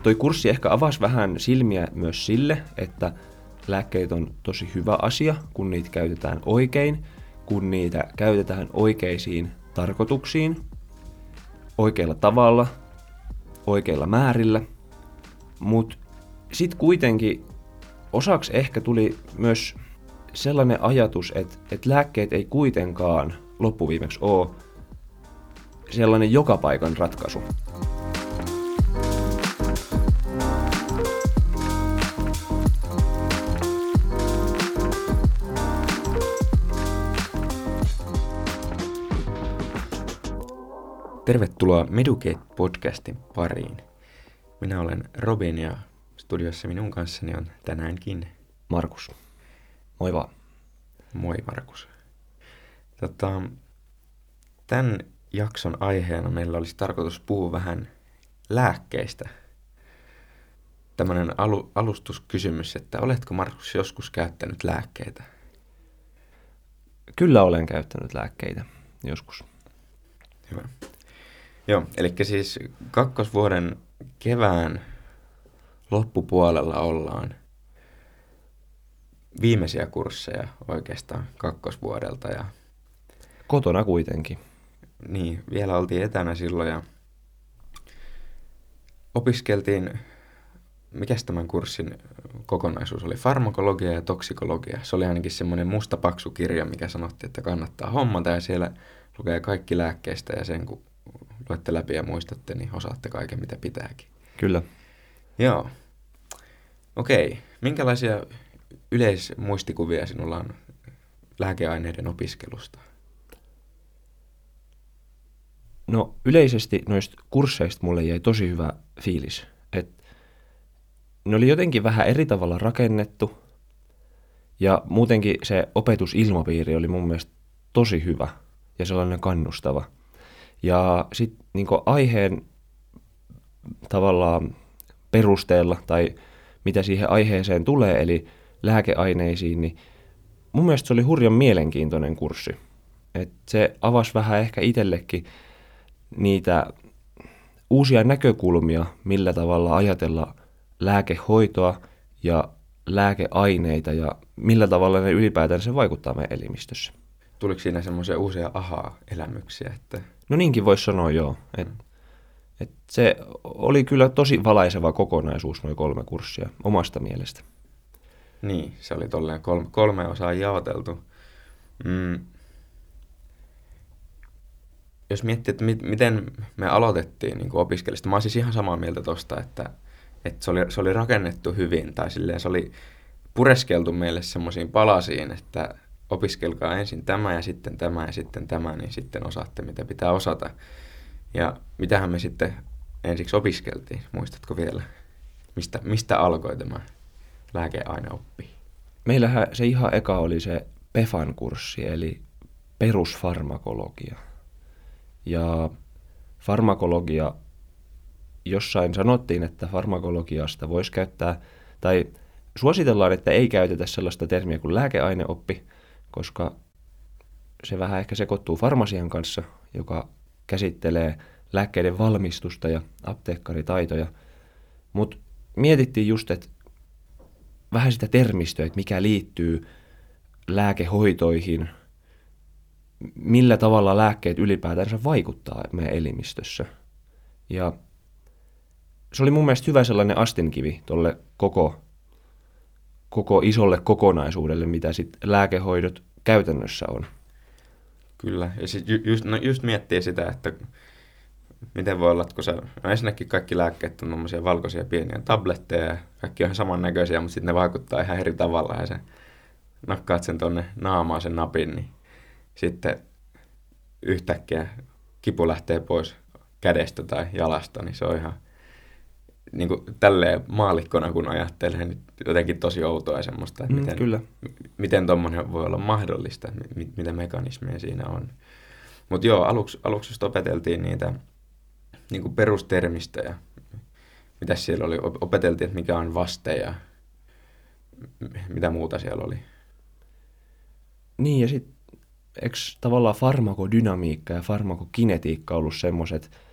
toi kurssi ehkä avasi vähän silmiä myös sille, että lääkkeet on tosi hyvä asia, kun niitä käytetään oikein, kun niitä käytetään oikeisiin tarkoituksiin, oikealla tavalla, oikeilla määrillä. Mutta sitten kuitenkin osaksi ehkä tuli myös sellainen ajatus, että lääkkeet ei kuitenkaan loppuviimeksi ole sellainen joka paikan ratkaisu. Tervetuloa Medukate-podcastin pariin. Minä olen Robin ja studiossa minun kanssani on tänäänkin Markus. Moi vaan. Moi Markus. Tämän jakson aiheena meillä olisi tarkoitus puhua vähän lääkkeistä. Tämmöinen alustuskysymys, että oletko Markus joskus käyttänyt lääkkeitä? Kyllä olen käyttänyt lääkkeitä joskus. Hyvä. Joo, eli siis kakkosvuoden kevään loppupuolella ollaan. Viimeisiä kursseja oikeastaan kakkosvuodelta. Ja kotona kuitenkin. Niin, vielä oltiin etänä silloin ja opiskeltiin, mikäs tämän kurssin kokonaisuus oli, farmakologia ja toksikologia. Se oli ainakin semmoinen musta paksu kirja, mikä sanottiin, että kannattaa hommata ja siellä lukee kaikki lääkkeistä ja sen kun luette läpi ja muistatte, niin osaatte kaiken mitä pitääkin. Kyllä. Joo. Okei. Minkälaisia yleismuistikuvia sinulla on lääkeaineiden opiskelusta? No yleisesti noista kursseista mulle jäi tosi hyvä fiilis. Ne oli jotenkin vähän eri tavalla rakennettu ja muutenkin se opetusilmapiiri oli mun mielestä tosi hyvä ja sellainen kannustava. Ja sitten niin aiheen tavallaan perusteella tai mitä siihen aiheeseen tulee, eli lääkeaineisiin, niin mun mielestä se oli hurjan mielenkiintoinen kurssi. Et se avasi vähän ehkä itsellekin niitä uusia näkökulmia, millä tavalla ajatella lääkehoitoa ja lääkeaineita ja millä tavalla ne ylipäätään se vaikuttaa meidän elimistössä. Tuliko siinä semmoisia uusia aha-elämyksiä? Että No niinkin voisi sanoa joo. Et se oli kyllä tosi valaiseva kokonaisuus noin 3 kurssia omasta mielestä. Niin, se oli tolleen 3 osaa jaoteltu. Jos miettii, että miten me aloitettiin niin opiskelista, mä oon siis ihan samaa mieltä tosta, että se oli rakennettu hyvin, tai silleen se oli pureskeltu meille semmoisiin palasiin, että opiskelkaa ensin tämä ja sitten tämä ja sitten tämä, niin sitten osaatte mitä pitää osata. Ja mitähän me sitten ensiksi opiskeltiin, muistatko vielä? Mistä alkoi tämä lääkeaineoppi? Meillähän se ihan eka oli se PEFAN-kurssi, eli perusfarmakologia. Ja farmakologia, jossain sanottiin, että farmakologiasta voisi käyttää, tai suositellaan, että ei käytetä sellaista termiä kuin lääkeaineoppi, koska se vähän ehkä sekoittuu farmasian kanssa, joka käsittelee lääkkeiden valmistusta ja apteekkaritaitoja. Mutta mietittiin just, että vähän sitä termistöä, että mikä liittyy lääkehoitoihin, millä tavalla lääkkeet ylipäätänsä vaikuttaa meidän elimistössä. Ja se oli mun mielestä hyvä sellainen astinkivi tuolle koko isolle kokonaisuudelle, mitä sitten lääkehoidot käytännössä on. Kyllä, ja sitten just miettii sitä, että miten voi olla, että ensinnäkin kaikki lääkkeet on tommosia valkoisia pieniä tabletteja, ja kaikki on ihan samannäköisiä, mutta sitten ne vaikuttaa ihan eri tavalla, ja sä nakkaat sen tonne naamaan sen napin, niin sitten yhtäkkiä kipu lähtee pois kädestä tai jalasta, niin se on ihan niin kuin tälleen maallikkona, kun ajattelee, niin jotenkin tosi outoa semmoista, että miten tommoinen voi olla mahdollista, mitä mekanismeja siinä on. Mutta joo, aluksi just opeteltiin niitä niin kuin perustermistöjä. Mitäs siellä oli? Opeteltiin, että mikä on vaste ja mitä muuta siellä oli. Niin, ja sitten eikö tavallaan farmakodynamiikka ja farmakokinetiikka ollut semmoiset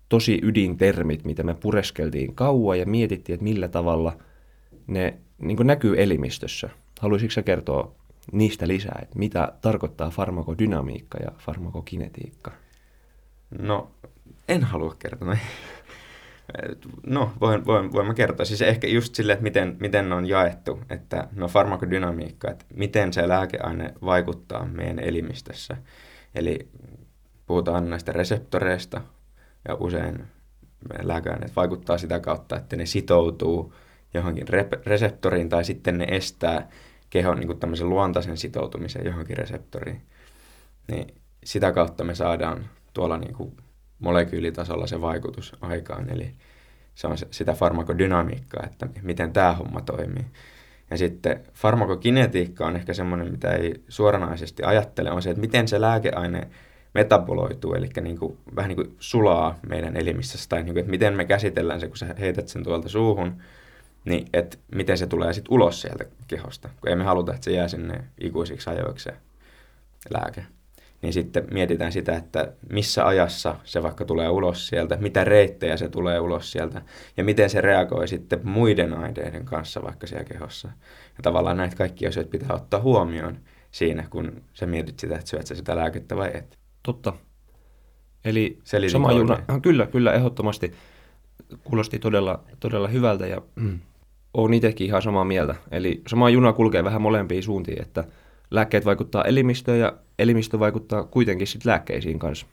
tosi ydintermit, mitä me pureskeltiin kauan ja mietittiin, että millä tavalla ne niin kuin näkyy elimistössä. Haluaisitko sä kertoa niistä lisää, että mitä tarkoittaa farmakodynamiikka ja farmakokinetiikka? No, en halua kertoa. No, voin mä kertoa. Siis ehkä just silleen, että miten ne on jaettu, että no farmakodynamiikka, että miten se lääkeaine vaikuttaa meidän elimistössä. Eli puhutaan näistä reseptoreista, ja usein lääkeaineet vaikuttaa sitä kautta, että ne sitoutuu johonkin reseptoriin, tai sitten ne estää kehon niin kuin tämmöisen luontaisen sitoutumisen johonkin reseptoriin. Niin sitä kautta me saadaan tuolla niin kuin molekyylitasolla se vaikutus aikaan, eli se on sitä farmakodynamiikkaa, että miten tämä homma toimii. Ja sitten farmakokinetiikka on ehkä semmoinen, mitä ei suoranaisesti ajattele, on se, että miten se lääkeaine metaboloituu, eli niin kuin, vähän niin kuin sulaa meidän elimistössä, tai niin kuin, että miten me käsitellään se, kun sä heität sen tuolta suuhun, niin että miten se tulee sitten ulos sieltä kehosta, kun ei me haluta, että se jää sinne ikuisiksi ajoiksi se lääke. Niin sitten mietitään sitä, että missä ajassa se vaikka tulee ulos sieltä, mitä reittejä se tulee ulos sieltä, ja miten se reagoi sitten muiden aineiden kanssa vaikka siellä kehossa. Ja tavallaan näitä kaikkia asioita pitää ottaa huomioon siinä, kun sä mietit sitä, että syöt sä sitä lääkettä vai et. Totta. Eli Selitin sama juna, oikein? kyllä, ehdottomasti kuulosti todella hyvältä ja olen itsekin ihan samaa mieltä. Eli sama juna kulkee vähän molempiin suuntiin, että lääkkeet vaikuttaa elimistöön ja elimistö vaikuttaa kuitenkin sit lääkkeisiin kanssa.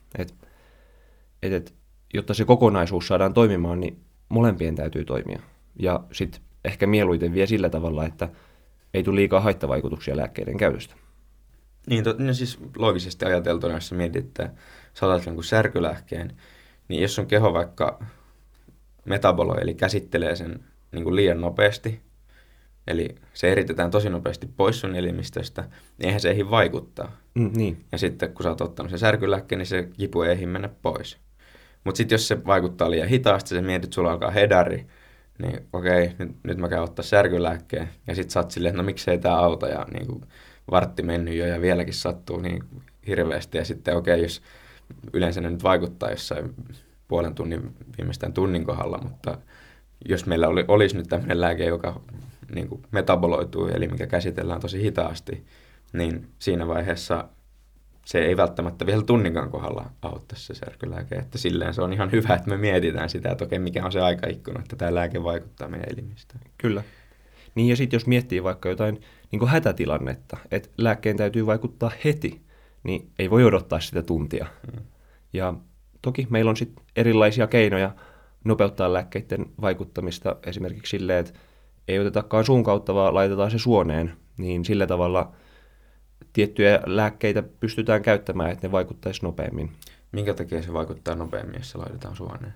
Jotta se kokonaisuus saadaan toimimaan, niin molempien täytyy toimia. Ja sitten ehkä mieluiten vie sillä tavalla, että ei tule liikaa haittavaikutuksia lääkkeiden käytöstä. Niin, no siis loogisesti ajateltuna, jos sä mietit, että sä otat jonkun särkylääkkeen, niin jos sun keho vaikka metaboloi, eli käsittelee sen niin kuin liian nopeasti, eli se eritetään tosi nopeasti pois sun elimistöstä, niin eihän se ehdi vaikuttaa. Niin. Ja sitten kun sä oot ottanut sen särkylääkkeen, niin se kipu ei ehdi mennä pois. Mutta sitten jos se vaikuttaa liian hitaasti, sä mietit, että sulla alkaa hedari, niin okei, nyt mä käyn ottaa särkylääkkeen. Ja sitten sä oot silleen, että no miksei tää auta, ja niin kuin vartti mennyt jo ja vieläkin sattuu niin hirveästi. Ja sitten jos yleensä ne nyt vaikuttaa jossain puolen tunnin, viimeistään tunnin kohdalla, mutta jos meillä olisi nyt tämmöinen lääke, joka niin kuin metaboloituu, eli mikä käsitellään tosi hitaasti, niin siinä vaiheessa se ei välttämättä vielä tunninkaan kohdalla auttaisi se särkylääke. Että silleen se on ihan hyvä, että me mietitään sitä, että okei, mikä on se aikaikkuna, että tämä lääke vaikuttaa meidän elimistöön. Kyllä. Niin ja sitten jos miettii vaikka jotain niin kuin hätätilannetta, että lääkkeen täytyy vaikuttaa heti, niin ei voi odottaa sitä tuntia. Ja toki meillä on sitten erilaisia keinoja nopeuttaa lääkkeiden vaikuttamista esimerkiksi silleen, että ei otetakaan suun kautta, vaan laitetaan se suoneen, niin sillä tavalla tiettyjä lääkkeitä pystytään käyttämään, että ne vaikuttaisi nopeammin. Minkä takia se vaikuttaa nopeammin, jos se laitetaan suoneen?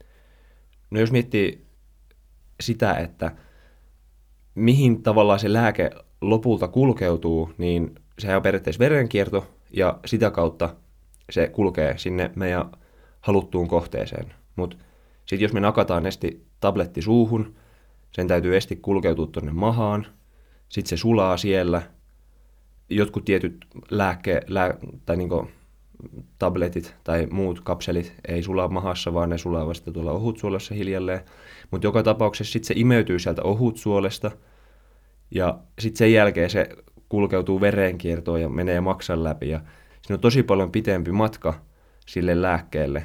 No jos miettii sitä, että mihin tavallaan se lääke lopulta kulkeutuu, niin sehän on periaatteessa verenkierto, ja sitä kautta se kulkee sinne meidän haluttuun kohteeseen. Mutta sitten jos me nakataan esti tabletti suuhun, sen täytyy esti kulkeutua tuonne mahaan, sitten se sulaa siellä. Jotkut tietyt tai niinku tabletit tai muut kapselit ei sulaa mahassa, vaan ne sulaa vasta tuolla ohutsuolessa hiljalleen. Mutta joka tapauksessa sitten se imeytyy sieltä ohutsuolesta ja sitten sen jälkeen se kulkeutuu verenkiertoon ja menee maksan läpi. Ja siinä on tosi paljon pitempi matka sille lääkkeelle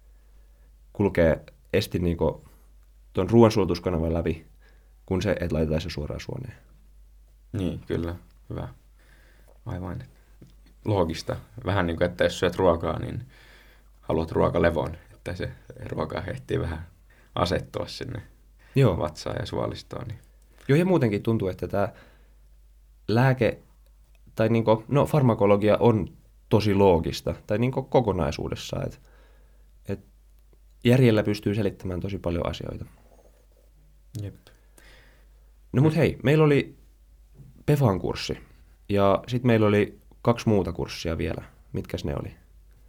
kulkee esti niinku tuon ruoansulatuskanavan läpi, kun se, että laitetaan se suoraan suoneen. Niin, kyllä. Hyvä. Aivan. Loogista. Vähän niin kuin, että jos syöt ruokaa, niin haluat ruokalevon, että se ruoka ehtii vähän asettua sinne vatsaan ja suolistoon. Niin. Joo, ja muutenkin tuntuu, että tämä lääke, tai farmakologia on tosi loogista, tai kokonaisuudessaan, että järjellä pystyy selittämään tosi paljon asioita. Jep. No mut hei, meillä oli PEFAN kurssi, ja sitten meillä oli 2 muuta kurssia vielä. Mitkäs ne oli?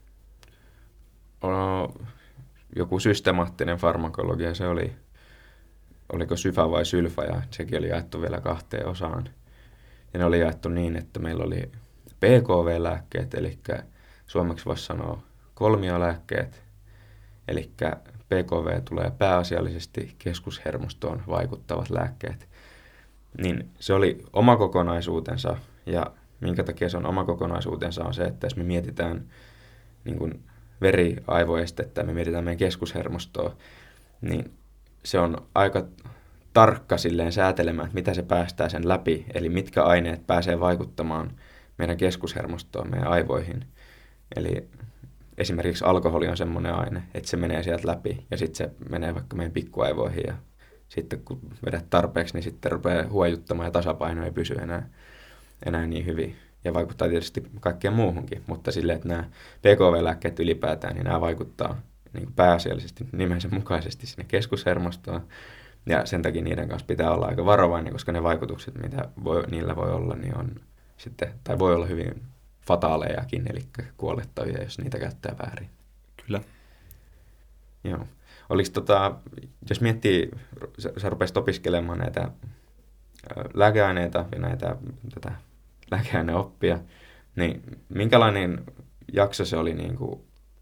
Joku systemaattinen farmakologia, se oli, oliko syfä vai sylfä, ja sekin oli jaettu vielä 2 osaan. Ja ne oli jaettu niin, että meillä oli PKV-lääkkeet, eli suomeksi voisi sanoa kolmiolääkkeet, Eli PKV tulee pääasiallisesti keskushermostoon vaikuttavat lääkkeet. Niin se oli oma kokonaisuutensa, ja minkä takia se on oma kokonaisuutensa on se, että jos me mietitään niin kuin veriaivoestettä, me mietitään meidän keskushermostoa, niin se on aika tarkka silleen säätelemään, että mitä se päästää sen läpi, eli mitkä aineet pääsee vaikuttamaan meidän keskushermostoon, meidän aivoihin. Eli esimerkiksi alkoholi on semmoinen aine, että se menee sieltä läpi ja sitten se menee vaikka meidän pikkuaivoihin ja sitten kun vedät tarpeeksi, niin sitten rupeaa huojuttamaan ja tasapaino ei pysy enää niin hyvin. Ja vaikuttaa tietysti kaikkeen muuhunkin, mutta silleen, että nämä PKV-lääkkeet ylipäätään, niin nämä vaikuttaa niin pääasiallisesti nimensä mukaisesti sinne keskushermostoon. Ja sen takia niiden kanssa pitää olla aika varovainen, koska ne vaikutukset, mitä niillä voi olla, niin on sitten, tai voi olla hyvin fataalejakin, eli kuolettavia, jos niitä käyttää väärin. Kyllä. Joo. Oliko jos miettii, sä rupesit opiskelemaan näitä lääkeaineita ja tätä lääkeaineoppia, niin minkälainen jakso se oli niin kuin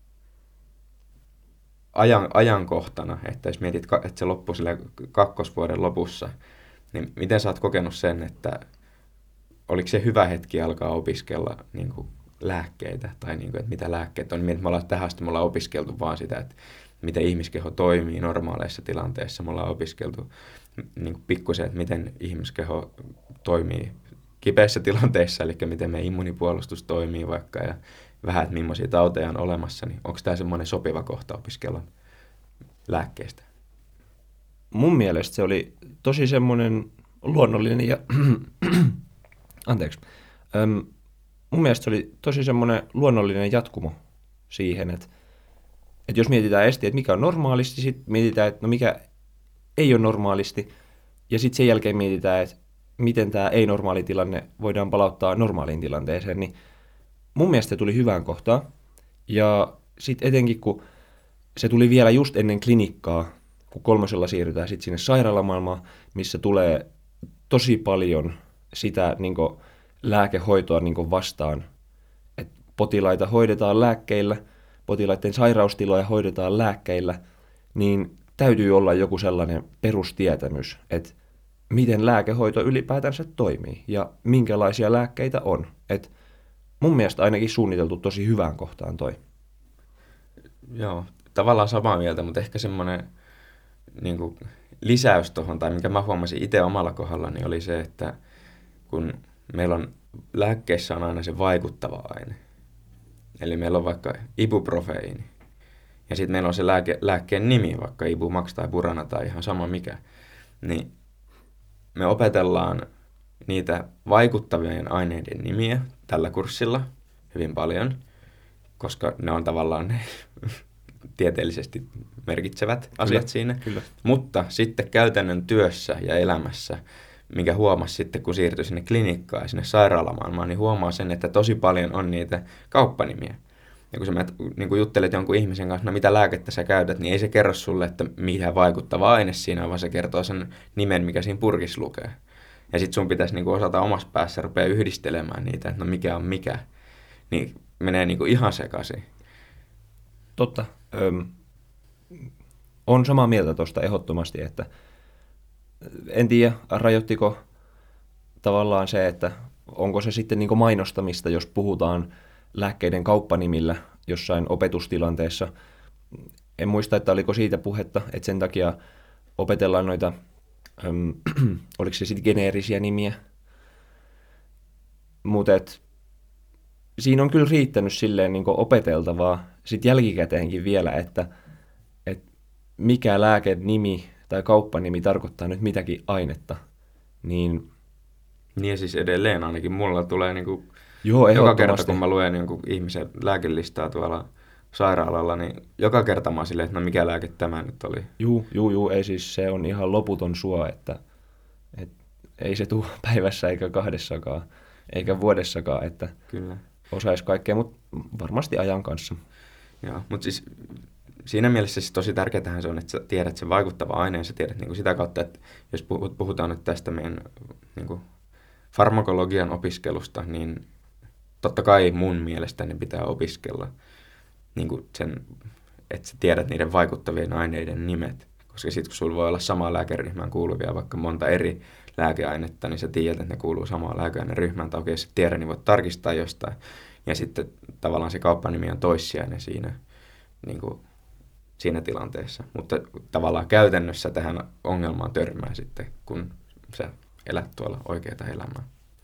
ajankohtana, että jos mietit, että se loppui sille kakkosvuoden lopussa, niin miten sä oot kokenut sen, että oliko se hyvä hetki alkaa opiskella niin kuin lääkkeitä, tai niin kuin, että mitä lääkkeet on, niin me ollaan tähän asti opiskeltu vaan sitä, että miten ihmiskeho toimii normaaleissa tilanteissa, me ollaan opiskeltu niin kuin pikkusen, että miten ihmiskeho toimii kipeissä tilanteissa, eli miten meidän immunipuolustus toimii vaikka, ja vähän, että millaisia tauteja on olemassa, niin onko tämä semmoinen sopiva kohta opiskella lääkkeistä? Mun mielestä se oli tosi semmoinen luonnollinen ja anteeksi. Mun mielestä se oli tosi semmoinen luonnollinen jatkumo siihen, että jos mietitään ensin, että mikä on normaalisti, sitten mietitään, että no mikä ei ole normaalisti, ja sitten sen jälkeen mietitään, että miten tämä ei-normaali tilanne voidaan palauttaa normaaliin tilanteeseen, niin mun mielestä se tuli hyvään kohtaan. Ja sitten etenkin, kun se tuli vielä just ennen klinikkaa, kun 3. siirrytään sitten sinne sairaalamaailmaan, missä tulee tosi paljon sitä niin kuin lääkehoitoa niin kuin vastaan. Et potilaita hoidetaan lääkkeillä, potilaiden sairaustiloja hoidetaan lääkkeillä, niin täytyy olla joku sellainen perustietämys, että miten lääkehoito ylipäätänsä toimii ja minkälaisia lääkkeitä on. Et mun mielestä ainakin suunniteltu tosi hyvään kohtaan toi. Joo, tavallaan samaa mieltä, mutta ehkä semmoinen niin kuin lisäys tuohon, tai mikä mä huomasin itse omalla kohdalla, niin oli se, että kun meillä on lääkkeissä on aina se vaikuttava aine. Eli meillä on vaikka ibuprofeiini. Ja sitten meillä on se lääkkeen nimi, vaikka Ibumax tai Burana tai ihan sama mikä. Niin me opetellaan niitä vaikuttavien aineiden nimiä tällä kurssilla hyvin paljon, koska ne on tavallaan ne tieteellisesti merkitsevät asiat siinä. Kyllä. Mutta sitten käytännön työssä ja elämässä, mikä huomasi sitten, kun siirtyi sinne klinikkaan ja sinne sairaalamaailmaan, niin huomaa sen, että tosi paljon on niitä kauppanimiä. Ja kun sä niin kun juttelet jonkun ihmisen kanssa, no mitä lääkettä sä käytät, niin ei se kerro sulle, että mikä vaikuttava aine siinä on, vaan se kertoo sen nimen, mikä siinä purkissa lukee. Ja sit sun pitäisi niin osata omassa päässä rupea yhdistelemään niitä, että no mikä on mikä. Niin menee niin ihan sekaisin. Totta. On samaa mieltä tuosta ehdottomasti, että en tiedä, rajoittiko tavallaan se, että onko se sitten niin mainostamista, jos puhutaan lääkkeiden kauppanimillä jossain opetustilanteessa. En muista, että oliko siitä puhetta, että sen takia opetellaan noita, oliko se sitten geneerisiä nimiä. Mutta siinä on kyllä riittänyt silleen niin opeteltavaa sitten jälkikäteenkin vielä, että mikä lääkenimi tai kauppanimi tarkoittaa nyt mitäkin ainetta. Niin ja siis edelleen ainakin mulla tulee niinku joo, joka kerta, kun mä luen jonkun ihmisen lääkelistaa tuolla sairaalalla, niin joka kerta mä oon silleen, että no mikä lääke tämä nyt oli. Juu, ei siis se on ihan loputon suo, että ei se tule päivässä eikä 2 eikä vuodessakaan, että kyllä osaisi kaikkea, mutta varmasti ajan kanssa. Joo, mutta siis siinä mielessä siis tosi tärkeätähän se on, että sä tiedät sen vaikuttava aine ja sä tiedät niin kuin sitä kautta, että jos puhutaan nyt tästä meidän niin kuin farmakologian opiskelusta, niin totta kai mun mielestäni pitää opiskella niin kuin sen että sä tiedät niiden vaikuttavien aineiden nimet. Koska sitten kun sulla voi olla samaan lääkeryhmään kuuluvia vaikka monta eri lääkeainetta, niin sä tiedät, että ne kuuluu samaan lääkeaineryhmään. Tai okei, jos et tiedä, niin voit tarkistaa jostain. Ja sitten tavallaan se kauppanimi on toissijainen siinä, niin kuin, siinä tilanteessa. Mutta tavallaan käytännössä tähän ongelmaan törmää sitten, kun sä elät tuolla oikeaa elämää.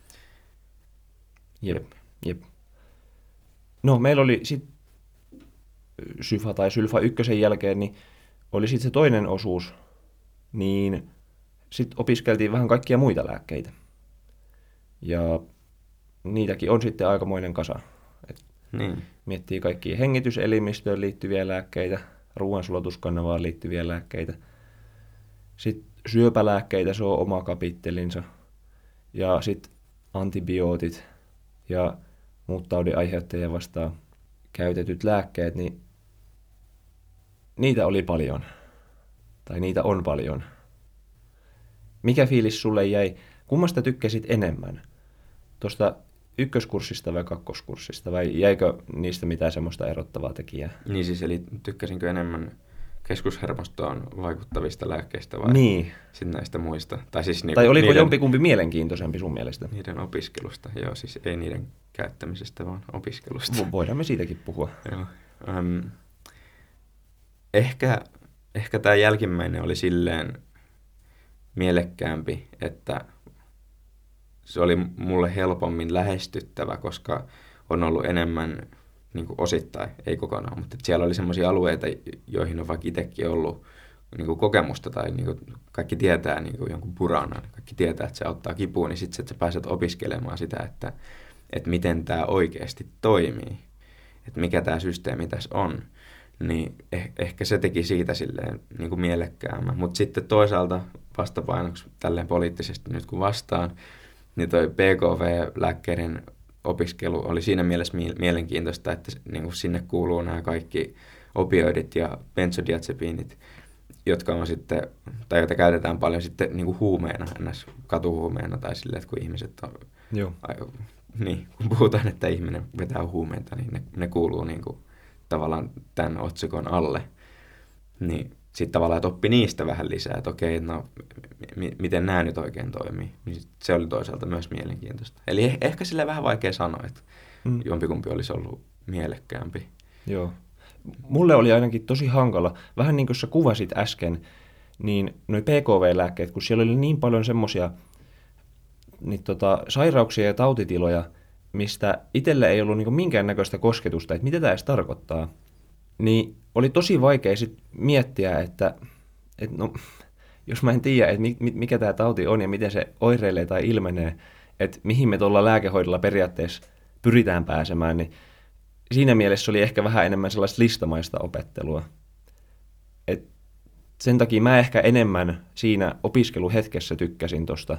Jep. No, meillä oli sitten Syfa tai Sylfa ykkösen jälkeen, niin oli sitten se toinen osuus, niin sitten opiskeltiin vähän kaikkia muita lääkkeitä. Ja niitäkin on sitten aikamoinen kasa. Niin. Miettii kaikkia hengityselimistöön liittyviä lääkkeitä, ruoansulatuskanavaan liittyviä lääkkeitä. Sitten syöpälääkkeitä, se on oma kapittelinsa. Ja sitten antibiootit ja muut taudin aiheuttajia vastaan käytetyt lääkkeet, niin niitä oli paljon. Tai niitä on paljon. Mikä fiilis sulle jäi? Kummasta tykkäsit enemmän? Tuosta ykköskurssista vai kakkoskurssista? Vai jäikö niistä mitään semmoista erottavaa tekijää? Niin siis, eli tykkäsinkö enemmän keskushermostoon vaikuttavista lääkkeistä vai niin. sitten näistä muista? Tai, siis tai oliko jompikumpi mielenkiintoisempi sun mielestä? Niiden opiskelusta, joo, siis ei niiden käyttämisestä, vaan opiskelusta. Voidaan me siitäkin puhua. Joo. Ehkä tämä jälkimmäinen oli silleen mielekkäämpi, että se oli mulle helpommin lähestyttävä, koska on ollut enemmän niin kuin osittain, ei kokonaan, mutta siellä oli semmoisia alueita, joihin on vaikka itsekin ollut niin kuin kokemusta tai niin kuin kaikki tietää niin kuin jonkun puranan, kaikki tietää, että se auttaa kipuun, niin sitten että sä pääset opiskelemaan sitä, että miten tämä oikeasti toimii, että mikä tämä systeemi tässä on, niin ehkä se teki siitä silleen niin kuin mielekkäämän. Mutta sitten toisaalta vastapainoksi tälleen poliittisesti nyt kun vastaan, niin toi PKV-lääkkeiden opiskelu oli siinä mielessä mielenkiintoista, että niin kuin sinne kuuluu nämä kaikki opioidit ja benzodiazepiinit, jotka on sitten, tai joita käytetään paljon sitten niin kuin huumeena, ns. Katuhuumeena tai silleen, että kun ihmiset on, niin, kun puhutaan, että ihminen vetää huumeita, niin ne kuuluu niin kuin tavallaan tämän otsikon alle. Niin sitten tavallaan, että oppi niistä vähän lisää, että okei, no miten nämä nyt oikein toimii. Niin se oli toisaalta myös mielenkiintoista. Eli ehkä sille vähän vaikea sanoa, että jompikumpi olisi ollut mielekkäämpi. Joo. Mulle oli ainakin tosi hankala, vähän niin kuin sä kuvasit äsken, niin noi PKV-lääkkeet, kun siellä oli niin paljon semmoisia niin sairauksia ja tautitiloja, mistä itselle ei ollut niin minkäännäköistä kosketusta, että mitä tämä edes tarkoittaa, niin oli tosi vaikea sit miettiä, että no, jos mä en tiedä, että mikä tämä tauti on ja miten se oireilee tai ilmenee, että mihin me tuolla lääkehoidolla periaatteessa pyritään pääsemään, niin siinä mielessä oli ehkä vähän enemmän sellaista listamaista opettelua. Et sen takia mä ehkä enemmän siinä opiskeluhetkessä tykkäsin tuosta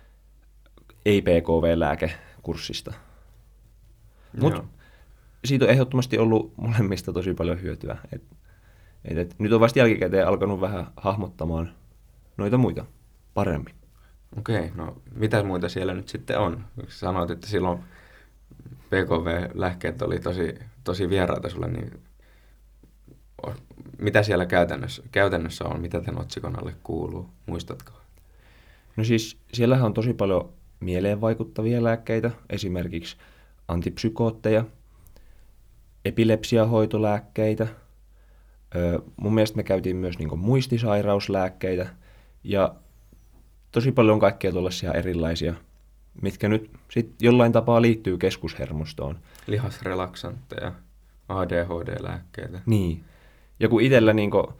ei-PKV-lääkekurssista. Mutta siitä on ehdottomasti ollut molemmista tosi paljon hyötyä. Et nyt on vasta jälkikäteen alkanut vähän hahmottamaan noita muita paremmin. Okei, no mitä muita siellä nyt sitten on? Sanoit, että silloin PKV-lääkkeet oli tosi vieraita sulle, niin mitä siellä käytännössä on, mitä tämän otsikon alle kuuluu, muistatko? No siis siellähän on tosi paljon mieleen vaikuttavia lääkkeitä, esimerkiksi antipsykootteja, epilepsiahoitolääkkeitä, mun mielestä me käytiin myös niin kuin muistisairauslääkkeitä ja tosi paljon kaikkia tuollaisia erilaisia, mitkä nyt sit jollain tapaa liittyy keskushermostoon. Lihasrelaksantteja, ADHD-lääkkeitä. Niin. Ja kun itsellä niinku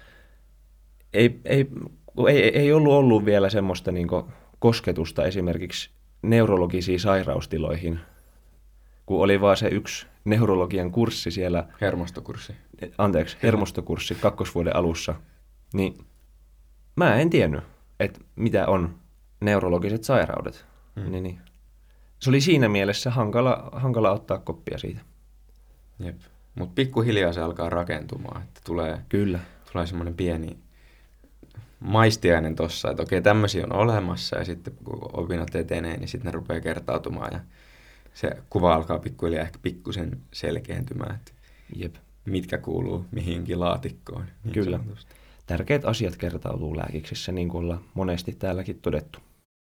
ei ollut vielä semmoista niinku kosketusta esimerkiksi neurologisiin sairaustiloihin, kun oli vaan se yksi neurologian kurssi siellä. Hermostokurssi kakkosvuoden alussa. Niin mä en tiennyt, että mitä on neurologiset sairaudet. Niin. Se oli siinä mielessä hankala ottaa koppia siitä. Jep. Mutta pikkuhiljaa se alkaa rakentumaan, että tulee semmoinen pieni maistiainen tossa, että okei, tämmöisiä on olemassa ja sitten kun opinnot etenee, niin sitten ne rupeaa kertautumaan ja se kuva alkaa pikkuhiljaa ehkä pikkusen selkeentymään. Jep. mitkä kuuluu mihinkin laatikkoon. Niin Kyllä. sanotusti. Tärkeät asiat kertautuu lääkiksessä, niin kuin ollaan monesti täälläkin todettu.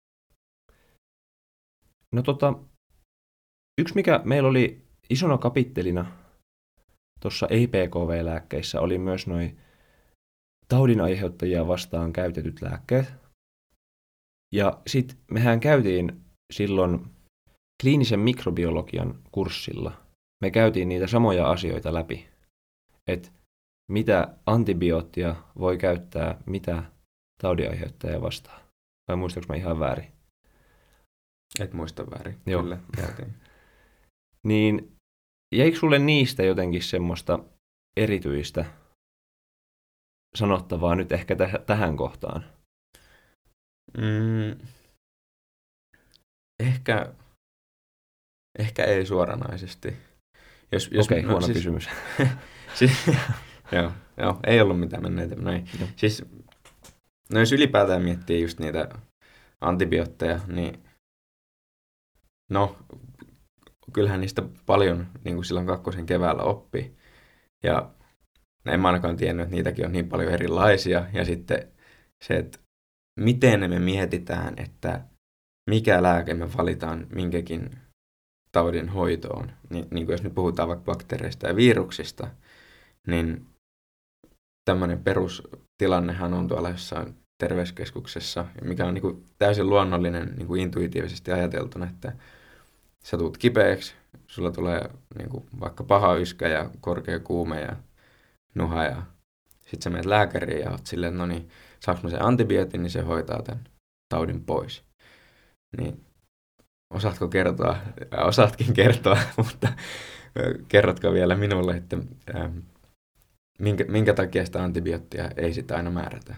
No yksi mikä meillä oli isona kapittelina tuossa ei-PKV-lääkkeissä oli myös noi taudin aiheuttajia vastaan käytetyt lääkkeet. Ja sitten mehän käytiin silloin kliinisen mikrobiologian kurssilla. Me käytiin niitä samoja asioita läpi. Että mitä antibioottia voi käyttää, mitä taudinaiheuttajia vastaan. Vai muistaaks mä ihan väärin? Et muista väärin. Joo. Kyllä, käytiin. Niin jäikö sulle niistä jotenkin semmoista erityistä sanottavaa nyt ehkä tähän kohtaan? Ehkä ei suoranaisesti. Okei, huono kysymys. Joo, ei ollut mitään menneitä. Siis, jos ylipäätään miettii just niitä antibiootteja, niin no, kyllähän niistä paljon niin kuin silloin kakkosen keväällä oppi. Ja en mä ainakaan tiennyt, että niitäkin on niin paljon erilaisia. Ja sitten se, että miten me mietitään, että mikä lääke me valitaan minkäkin taudin hoitoon. Niin kuin jos nyt puhutaan vaikka bakteereista ja viruksista, niin tämmöinen perustilannehan on tuolla jossain terveyskeskuksessa, mikä on niin kuin täysin luonnollinen niin kuin intuitiivisesti ajateltuna, että sä tuut kipeäksi, sulla tulee niin kuin vaikka paha yskä ja korkea kuume ja nuha ja sit sä menet lääkäriin ja oot silleen, no niin, saaks mä sen antibiootin, niin se hoitaa tämän taudin pois. Niin osaatko kertoa, osaatkin kertoa, mutta kerrotko vielä minulle, että minkä takia sitä antibioottia ei sitä aina määrätä?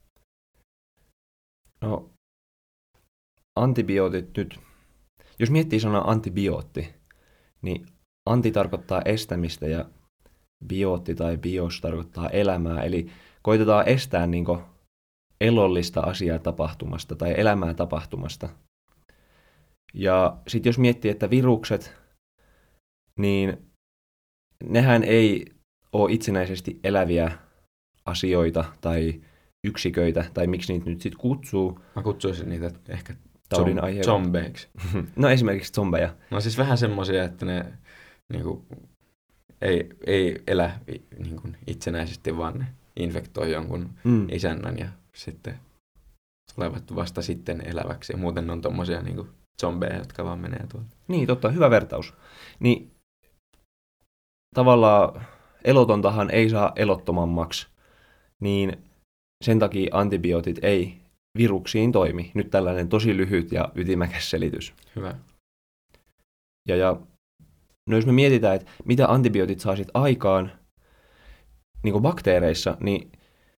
No, antibiootit nyt, jos miettii sanaa antibiootti, niin anti tarkoittaa estämistä ja biootti tai bios tarkoittaa elämää, eli koitetaan estää niin kuin elollista asiaa tapahtumasta tai elämää tapahtumasta. Ja sitten jos miettii, että virukset, niin nehän ei ole itsenäisesti eläviä asioita tai yksiköitä, tai miksi niitä nyt sitten kutsuu. Mä kutsuisin niitä ehkä zombeiksi. No esimerkiksi zombeja. No siis vähän semmoisia, että ne niinku, ei elä niinku, itsenäisesti, vaan ne infektoi jonkun isännän ja sitten tulevat vasta sitten eläväksi. Ja muuten ne on tommosia niinku zombeja, jotka vaan menee tuolta. Niin, totta. Hyvä vertaus. Niin tavallaan elotontahan ei saa elottomammaksi, niin sen takia antibiootit ei viruksiin toimi. Nyt tällainen tosi lyhyt ja ytimäkäs selitys. Hyvä. Ja no jos me mietitään, että mitä antibiootit saa sit aikaan niin kuin bakteereissa, niin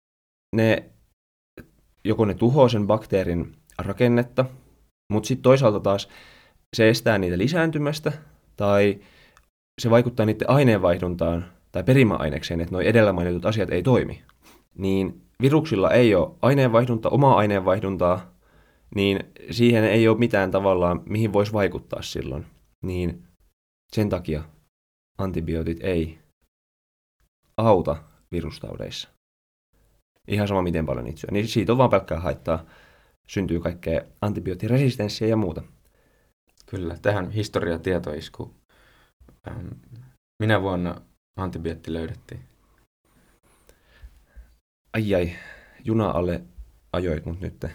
joko ne tuhoaa sen bakteerin rakennetta, mutta sitten toisaalta taas se estää niitä lisääntymästä, tai se vaikuttaa niiden aineenvaihduntaan tai perimäainekseen, että nuo edellä mainitut asiat ei toimi. Niin viruksilla ei ole omaa aineenvaihduntaa, niin siihen ei ole mitään tavallaan, mihin voisi vaikuttaa silloin. Niin sen takia antibiootit ei auta virustaudeissa. Ihan sama miten paljon niitä syö. Niin siitä on vaan pelkkää haittaa. Syntyy kaikkea antibioottiresistenssiä ja muuta. Kyllä, tähän historiatietoisku. Minä vuonna antibiootti löydettiin? Ai, juna alle ajoit mut nyt.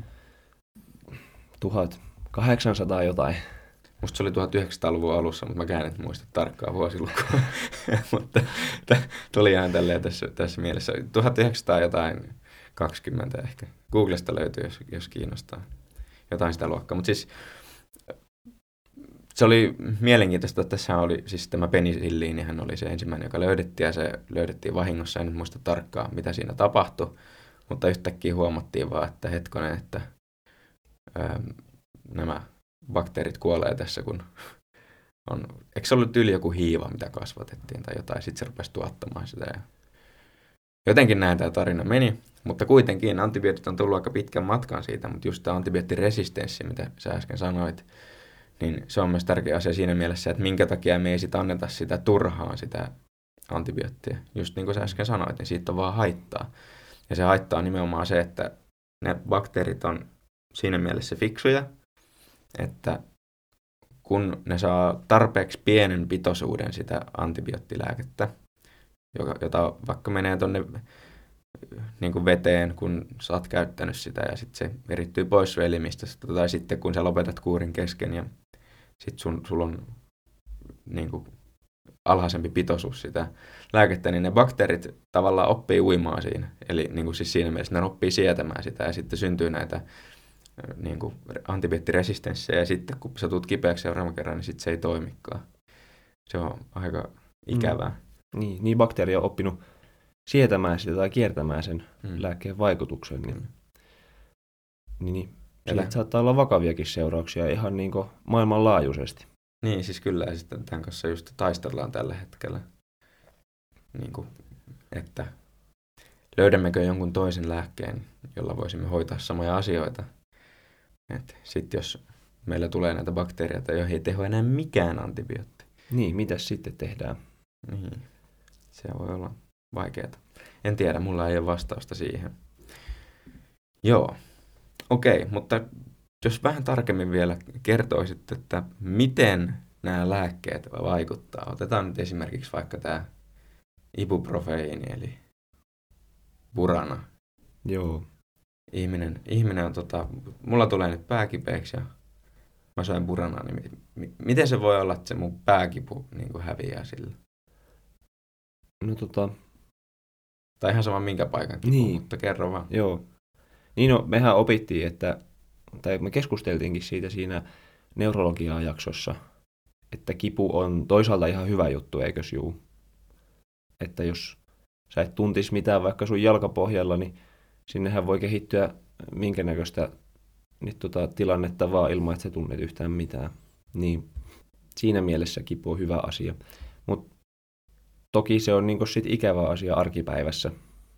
1800 jotain. Musta se oli 1900-luvun alussa, mutta mäkään en muista tarkkaa vuosilukua. Mutta tuli ihan tälleen tässä mielessä. 1900 jotain 20 ehkä. Googlesta löytyy, jos kiinnostaa. Jotain sitä luokkaa. Mutta siis se oli mielenkiintoista, että tässä oli siis tämä penisilliinihän oli se ensimmäinen, joka löydettiin, ja se löydettiin vahingossa. En nyt muista tarkkaan, mitä siinä tapahtui, mutta yhtäkkiä huomattiin vaan, että hetkonen, että nämä bakteerit kuolee tässä, kun on, eikö se ollut yli joku hiiva, mitä kasvatettiin tai jotain, sitten se rupesi tuottamaan sitä. Ja jotenkin näin tämä tarina meni, mutta kuitenkin antibiootit on tullut aika pitkän matkan siitä, mutta just tämä antibioottiresistenssi, mitä sä äsken sanoit, niin se on myös tärkeä asia siinä mielessä, että minkä takia me ei sit anneta sitä turhaan sitä antibioottia. Just niin kuin sä äsken sanoit, niin siitä on vaan haittaa. Ja se haittaa on nimenomaan se, että ne bakteerit on siinä mielessä fiksuja, että kun ne saa tarpeeksi pienen pitoisuuden sitä antibioottilääkettä, jota vaikka menee tuonne niin kuin veteen, kun sä oot käyttänyt sitä ja sitten se erittyy pois sun elimistöstä, tai sitten kun sä lopetat kuurin kesken ja sitten sulla on niin kuin alhaisempi pitoisuus sitä lääkettä, niin ne bakteerit tavallaan oppii uimaan siinä. Eli niin kuin siis siinä mielessä ne oppii sietämään sitä ja sitten syntyy näitä niin kuin antibioottiresistenssejä ja sitten kun sä tulet kipeäksi seuraavan kerran, niin sitten se ei toimikaan. Se on aika ikävää. Niin bakteeri on oppinut sietämään sitä tai kiertämään sen lääkkeen vaikutuksen. Niin. Sillä saattaa olla vakaviakin seurauksia ihan niin kuin maailmanlaajuisesti. Niin, siis kyllä. Ja sitten tämän kanssa just taistellaan tällä hetkellä. Niin kuin, että löydämmekö jonkun toisen lääkkeen, jolla voisimme hoitaa samoja asioita. Sitten jos meillä tulee näitä bakteereita, joihin ei teho enää mikään antibiootti. Niin, mitäs sitten tehdään? Niin, se voi olla vaikeaa. En tiedä, mulla ei ole vastausta siihen. Joo, okei, mutta jos vähän tarkemmin vielä kertoisit, että miten nämä lääkkeet vaikuttaa. Otetaan nyt esimerkiksi vaikka tämä ibuprofeiini, eli Burana. Joo. Ihminen on mulla tulee nyt pääkipeäksi ja mä söin Buranaa, niin miten se voi olla, että se mun pääkipu niin kuin häviää sillä? No Tai ihan sama minkä paikan kipu, niin. Mutta kerro vaan. Joo. Niin no, mehän opittiin, tai me keskusteltiinkin siitä siinä neurologia-jaksossa, että kipu on toisaalta ihan hyvä juttu, eikös juu? Että jos sä et tuntisi mitään vaikka sun jalkapohjalla, niin sinnehän voi kehittyä minkä näköistä tilannetta vaan ilman, että sä tunnet yhtään mitään. Niin siinä mielessä kipu on hyvä asia. Mutta toki se on niinku sit ikävä asia arkipäivässä.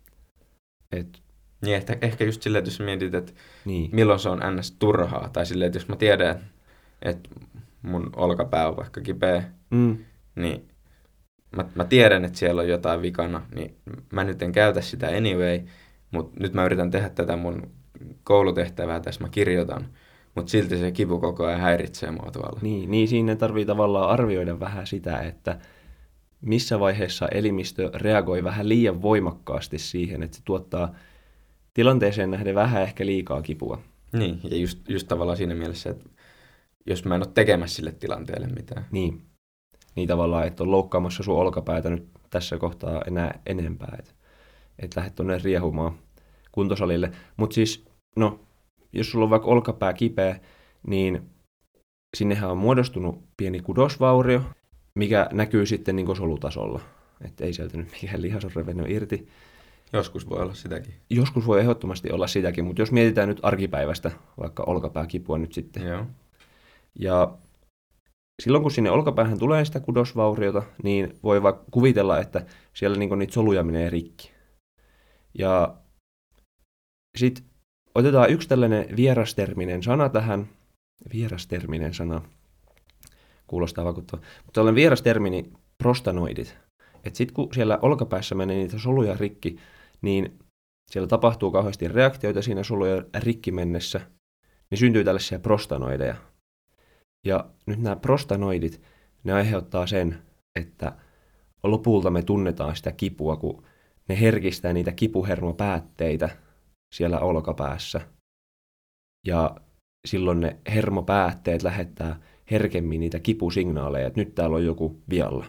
Niin, ehkä just silleen, että jos mietit, että niin. Milloin se on ns. Turhaa, tai silleen, että jos mä tiedän, että mun olkapää on vaikka kipeä, niin mä tiedän, että siellä on jotain vikana, niin mä nyt en käytä sitä anyway, mutta nyt mä yritän tehdä tätä mun koulutehtävää, tässä mä kirjoitan, mutta silti se kipu koko ajan häiritsee mua tuolla. Niin siinä tarvii tavallaan arvioida vähän sitä, että missä vaiheessa elimistö reagoi vähän liian voimakkaasti siihen, että se tuottaa tilanteeseen nähden vähän ehkä liikaa kipua. Niin, ja just tavallaan siinä mielessä, että jos mä en ole tekemässä sille tilanteelle mitään. Niin tavallaan, että on loukkaamassa sun olkapäätä nyt tässä kohtaa enää enempää, että lähdet tuonne riehumaan kuntosalille. Mutta siis, no, jos sulla on vaikka olkapää kipeä, niin sinnehän on muodostunut pieni kudosvaurio, mikä näkyy sitten niin kuin solutasolla. Että ei sieltä nyt mikään lihas on revennyt irti. Joskus voi olla sitäkin. Joskus voi ehdottomasti olla sitäkin, mutta jos mietitään nyt arkipäivästä, vaikka olkapääkipua nyt sitten. Joo. Ja silloin kun sinne olkapäähän tulee sitä kudosvauriota, niin voi vaikka kuvitella, että siellä niin niitä soluja menee rikki. Ja sitten otetaan yksi tällainen vierasterminen sana tähän. Vierasterminen sana. Kuulostaa vakuuttavaa. Mutta tällainen vierastermini prostanoidit. Että sitten kun siellä olkapäässä menee niitä soluja rikki, niin siellä tapahtuu kauheasti reaktioita siinä soluja rikki mennessä, niin syntyy tällaisia prostanoideja. Ja nyt nämä prostanoidit, ne aiheuttaa sen, että lopulta me tunnetaan sitä kipua, kun ne herkistää niitä kipuhermopäätteitä siellä olkapäässä. Ja silloin ne hermopäätteet lähettää herkemmin niitä kipusignaaleja, että nyt täällä on joku vialla.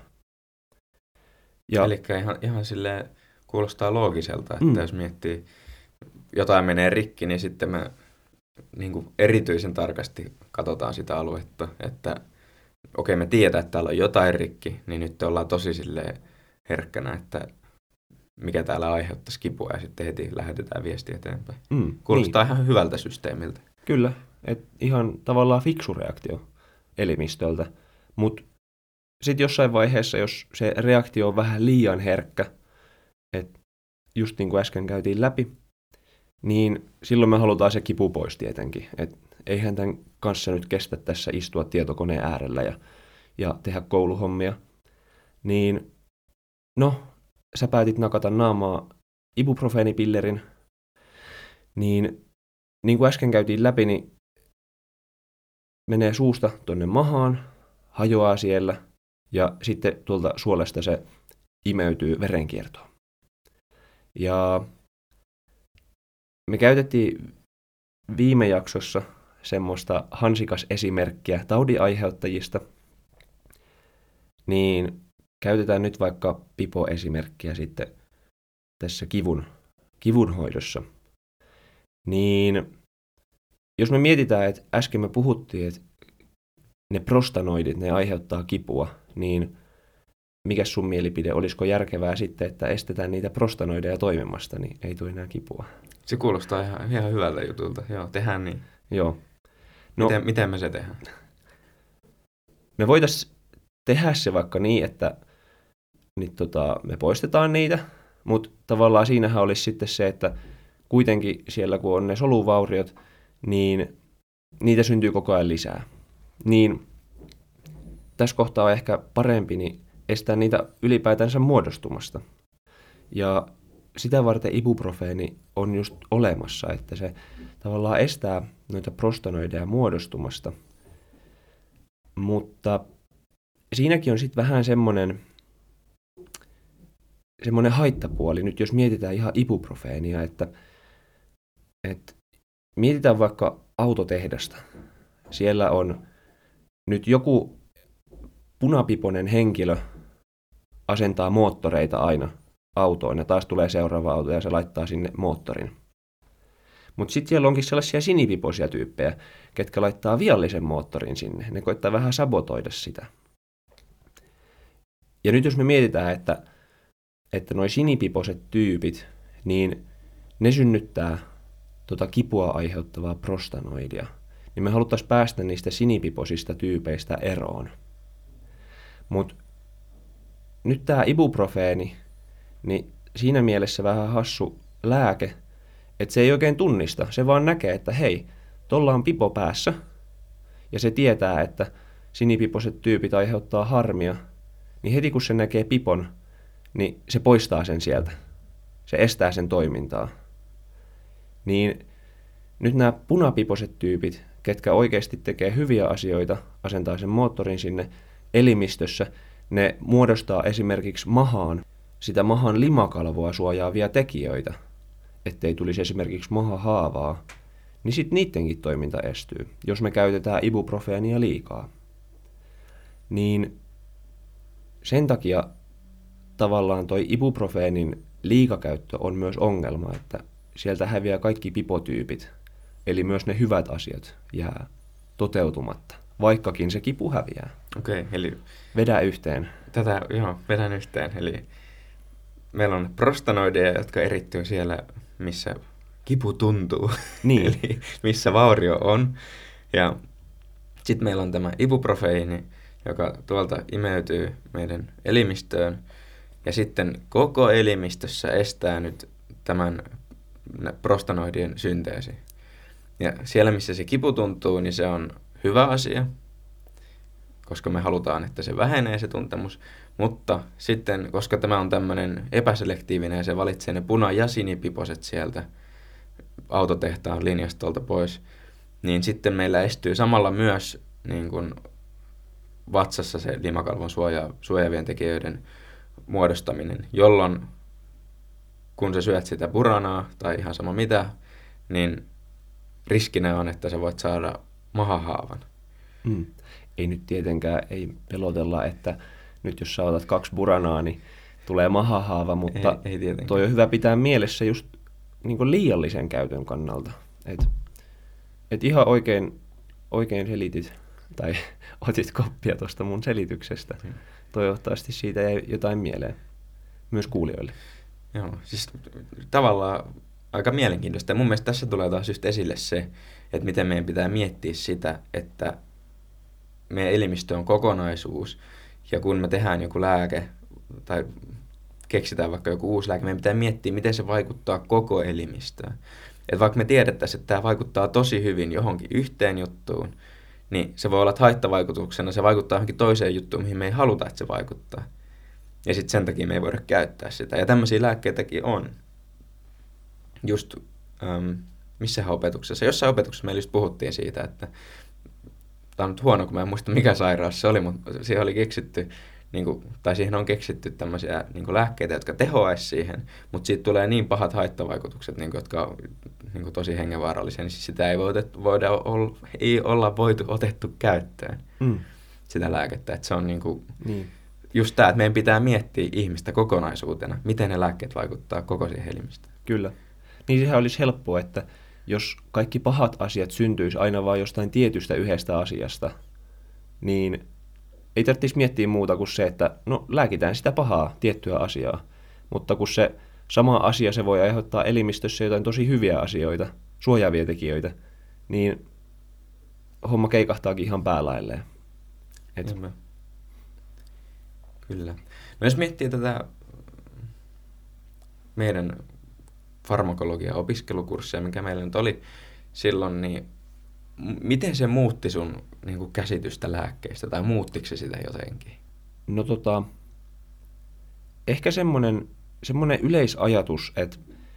Eli ihan silleen kuulostaa loogiselta, että jos miettii, jotain menee rikki, niin sitten me niin kuin erityisen tarkasti katsotaan sitä aluetta, että okei, me tiedetään, että täällä on jotain rikki, niin nyt ollaan tosi silleen herkkänä, että mikä täällä aiheuttaisi kipua, ja sitten heti lähetetään viesti eteenpäin. Kuulostaa ihan hyvältä systeemiltä. Kyllä, että ihan tavallaan fiksu reaktio elimistöltä, mutta sitten jossain vaiheessa, jos se reaktio on vähän liian herkkä, että just niin kuin äsken käytiin läpi, niin silloin me halutaan se kipu pois tietenkin. Et eihän tämän kanssa nyt kestä tässä istua tietokoneen äärellä ja tehdä kouluhommia. Niin no, sä päätit nakata naamaa ibuprofeenipillerin, niin kuin äsken käytiin läpi, niin menee suusta tonne mahaan, hajoaa siellä ja sitten tuolta suolesta se imeytyy verenkiertoon. Ja me käytettiin viime jaksossa semmoista hansikas esimerkkiä taudin aiheuttajista, niin käytetään nyt vaikka pipo-esimerkkiä sitten tässä kivunhoidossa. Niin jos me mietitään, että äsken me puhuttiin, että ne prostanoidit, ne aiheuttaa kipua, niin mikä sun mielipide, olisiko järkevää sitten, että estetään niitä prostanoideja toimimasta, niin ei tule enää kipua? Se kuulostaa ihan hyvältä jutulta. Joo, tehdään niin. Joo. No, miten me se tehdään? Me voitaisiin tehdä se vaikka niin, että me poistetaan niitä, mutta tavallaan siinähän olisi sitten se, että kuitenkin siellä kun on ne soluvauriot, niin niitä syntyy koko ajan lisää. Niin tässä kohtaa on ehkä parempi niin estää niitä ylipäätänsä muodostumasta. Ja sitä varten ibuprofeeni on just olemassa, että se tavallaan estää noita prostanoideja muodostumasta. Mutta siinäkin on sitten vähän semmoinen haittapuoli, nyt jos mietitään ihan ibuprofeenia, että mietitään vaikka autotehdasta. Siellä on nyt joku punapiponen henkilö asentaa moottoreita aina autoon ja taas tulee seuraava auto ja se laittaa sinne moottorin. Mutta sitten siellä onkin sellaisia sinipipoisia tyyppejä, ketkä laittaa viallisen moottorin sinne. Ne koittaa vähän sabotoida sitä. Ja nyt jos me mietitään, että noi sinipipoiset tyypit, niin ne synnyttää kipua aiheuttavaa prostanoidia, niin me haluttaisiin päästä niistä sinipipoisista tyypeistä eroon. Mutta nyt tämä ibuprofeeni, niin siinä mielessä vähän hassu lääke, että se ei oikein tunnista. Se vaan näkee, että hei, tuolla on pipo päässä, ja se tietää, että sinipipoiset tyypit aiheuttaa harmia, niin heti kun se näkee pipon, niin se poistaa sen sieltä. Se estää sen toimintaa. Niin nyt nämä punapipoiset tyypit, ketkä oikeasti tekee hyviä asioita, asentaa sen moottorin sinne elimistössä, ne muodostaa esimerkiksi mahaan sitä mahan limakalvoa suojaavia tekijöitä, ettei tulisi esimerkiksi mahahaavaa, niin sitten niidenkin toiminta estyy, jos me käytetään ibuprofeenia liikaa. Niin sen takia tavallaan toi ibuprofeenin liikakäyttö on myös ongelma, että sieltä häviää kaikki pipotyypit, eli myös ne hyvät asiat jää toteutumatta, vaikkakin se kipu häviää. Okei, eli vedä yhteen. Vedän yhteen. Eli meillä on prostanoideja, jotka erittyy siellä, missä kipu tuntuu, niin. eli missä vaurio on. Ja sitten meillä on tämä ibuprofeini, joka tuolta imeytyy meidän elimistöön. Ja sitten koko elimistössä estää nyt tämän prostanoidien synteesi. Ja siellä, missä se kipu tuntuu, niin se on hyvä asia, koska me halutaan, että se vähenee se tuntemus. Mutta sitten, koska tämä on tämmöinen epäselektiivinen ja se valitsee ne puna- ja sinipiposet sieltä autotehtaan linjastolta pois, niin sitten meillä estyy samalla myös niin kuin vatsassa se limakalvon suojaavien tekijöiden muodostaminen, jolloin kun sä syöt sitä puranaa tai ihan sama mitä, niin riskinä on, että sä voit saada mahahaavan. Ei nyt tietenkään, ei pelotella, että nyt jos sä otat 2 buranaa, niin tulee mahahaava, mutta ei toi on hyvä pitää mielessä just niin kuin liiallisen käytön kannalta. Et ihan oikein selitit, tai otit koppia tuosta mun selityksestä. Toivottavasti siitä jäi jotain mieleen, myös kuulijoille. Joo, siis tavallaan aika mielenkiintoista. Ja mun mielestä tässä tulee taas just esille se, että miten meidän pitää miettiä sitä, että meidän elimistö on kokonaisuus, ja kun me tehdään joku lääke, tai keksitään vaikka joku uusi lääke, meidän pitää miettiä, miten se vaikuttaa koko elimistöön. Että vaikka me tiedettäisiin, että tämä vaikuttaa tosi hyvin johonkin yhteen juttuun, niin se voi olla, että haittavaikutuksena se vaikuttaa johonkin toiseen juttuun, mihin me ei haluta, että se vaikuttaa. Ja sitten sen takia me ei voida käyttää sitä. Ja tämmöisiä lääkkeitäkin on. Just missähän opetuksessa? Jossain opetuksessa meillä just puhuttiin siitä, että tämä on nyt huono, kun mä en muista mikä sairaus se oli, mutta siihen oli keksitty, niin kuin, tai siihen on keksitty tämmöisiä niin kuin lääkkeitä, jotka tehoaisi siihen, mutta siitä tulee niin pahat haittavaikutukset, niin kuin, jotka on niin kuin tosi hengenvaarallisia, niin siis sitä ei olla voitu otettu käyttöön, sitä lääkettä. Että se on niin kuin, just tämä, että meidän pitää miettiä ihmistä kokonaisuutena, miten ne lääkkeet vaikuttaa koko siihen elimistöön. Kyllä. Niin sehän olisi helppoa, että jos kaikki pahat asiat syntyisi aina vain jostain tietystä yhdestä asiasta, niin ei tarvitsisi miettiä muuta kuin se, että no lääkitään sitä pahaa tiettyä asiaa. Mutta kun se sama asia, se voi aiheuttaa elimistössä jotain tosi hyviä asioita, suojaavia tekijöitä, niin homma keikahtaakin ihan päälailleen. Kyllä. No jos miettii tätä meidän farmakologia-opiskelukurssia, mikä meillä nyt oli silloin, niin miten se muutti sun niin kuin käsitystä lääkkeistä, tai muuttiko se sitä jotenkin? No ehkä semmoinen yleisajatus, että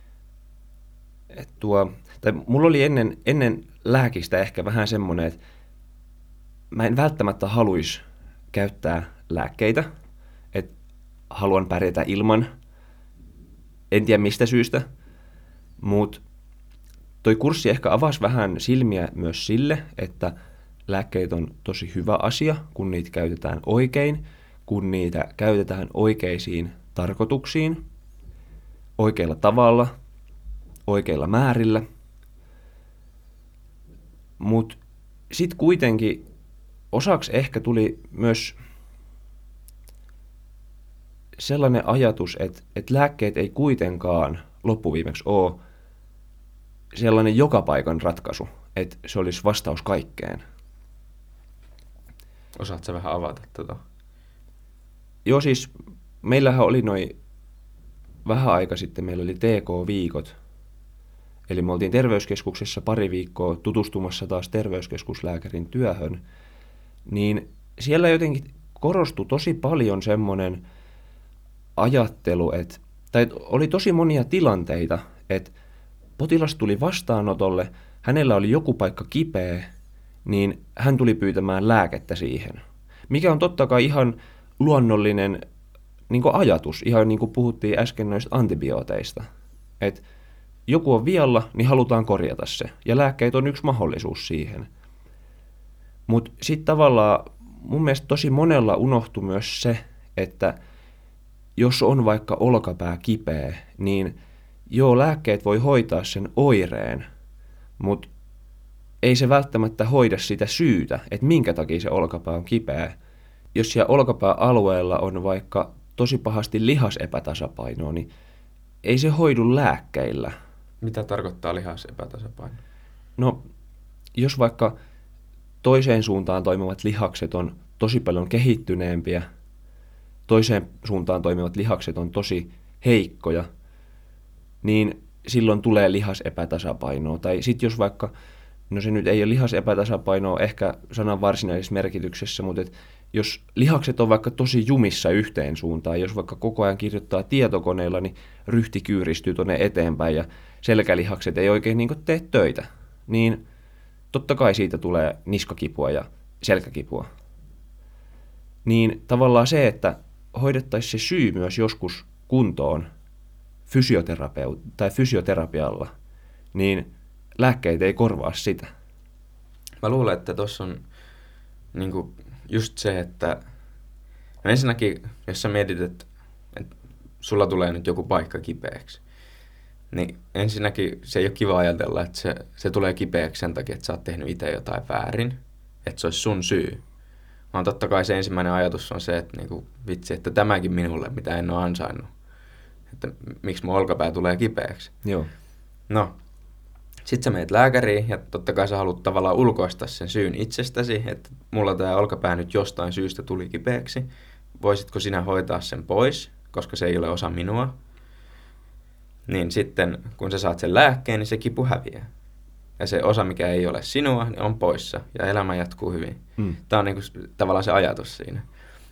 mulla oli ennen lääkistä ehkä vähän semmoinen, että mä en välttämättä haluaisi käyttää lääkkeitä, että haluan pärjätä ilman, en tiedä mistä syystä, mutta toi kurssi ehkä avasi vähän silmiä myös sille, että lääkkeet on tosi hyvä asia, kun niitä käytetään oikein, kun niitä käytetään oikeisiin tarkoituksiin, oikealla tavalla, oikeilla määrillä. Mutta sitten kuitenkin osaksi ehkä tuli myös sellainen ajatus, että lääkkeet ei kuitenkaan loppuviimeksi ole sellainen joka paikan ratkaisu, että se olisi vastaus kaikkeen. Osaatko vähän avata tota? Joo, siis meillähän oli vähän aika sitten, meillä oli TK-viikot. Eli me oltiin terveyskeskuksessa pari viikkoa tutustumassa taas terveyskeskuslääkärin työhön. Niin siellä jotenkin korostui tosi paljon semmoinen ajattelu, tai oli tosi monia tilanteita, että potilas tuli vastaanotolle, hänellä oli joku paikka kipeä, niin hän tuli pyytämään lääkettä siihen. Mikä on totta kai ihan luonnollinen niin kuin ajatus, ihan niin kuin puhuttiin äsken noista antibiooteista. Että joku on vialla, niin halutaan korjata se, ja lääkkeet on yksi mahdollisuus siihen. Mutta sitten tavallaan mun mielestä tosi monella unohtui myös se, että jos on vaikka olkapää kipeä, niin joo, lääkkeet voi hoitaa sen oireen, mutta ei se välttämättä hoida sitä syytä, että minkä takia se olkapää on kipeä. Jos siellä olkapääalueella on vaikka tosi pahasti lihasepätasapainoa, niin ei se hoidu lääkkeillä. Mitä tarkoittaa lihasepätasapaino? No, jos vaikka toiseen suuntaan toimivat lihakset on tosi paljon kehittyneempiä, toiseen suuntaan toimivat lihakset on tosi heikkoja, niin silloin tulee lihasepätasapainoa. Tai sitten jos vaikka, no se nyt ei ole lihasepätasapainoa ehkä sanan varsinaisessa merkityksessä, mutta jos lihakset on vaikka tosi jumissa yhteen suuntaan, jos vaikka koko ajan kirjoittaa tietokoneella, niin ryhti kyyristyy tuonne eteenpäin ja selkälihakset ei oikein niin kuin tee töitä, niin totta kai siitä tulee niskakipua ja selkäkipua. Niin tavallaan se, että hoidettaisiin se syy myös joskus kuntoon fysioterapialla, niin lääkkeet ei korvaa sitä. Mä luulen, että tuossa on niinku just se, että no ensinnäkin, jos sä mietit, että sulla tulee nyt joku paikka kipeäksi, niin ensinnäkin se ei ole kiva ajatella, että se tulee kipeäksi sen takia, että sä oot tehnyt itse jotain väärin, että se olisi sun syy. Vaan totta kai se ensimmäinen ajatus on se, että niinku, vitsi, että tämäkin minulle, mitä en ole ansainnut. Että miksi mun olkapää tulee kipeäksi. Joo. No, sit sä meet lääkäriin ja totta kai sä haluat tavallaan ulkoistaa sen syyn itsestäsi, että mulla tää olkapää nyt jostain syystä tuli kipeäksi. Voisitko sinä hoitaa sen pois, koska se ei ole osa minua? Niin sitten, kun sä saat sen lääkkeen, niin se kipu häviää. Ja se osa, mikä ei ole sinua, niin on poissa ja elämä jatkuu hyvin. Tämä on niinku tavallaan se ajatus siinä.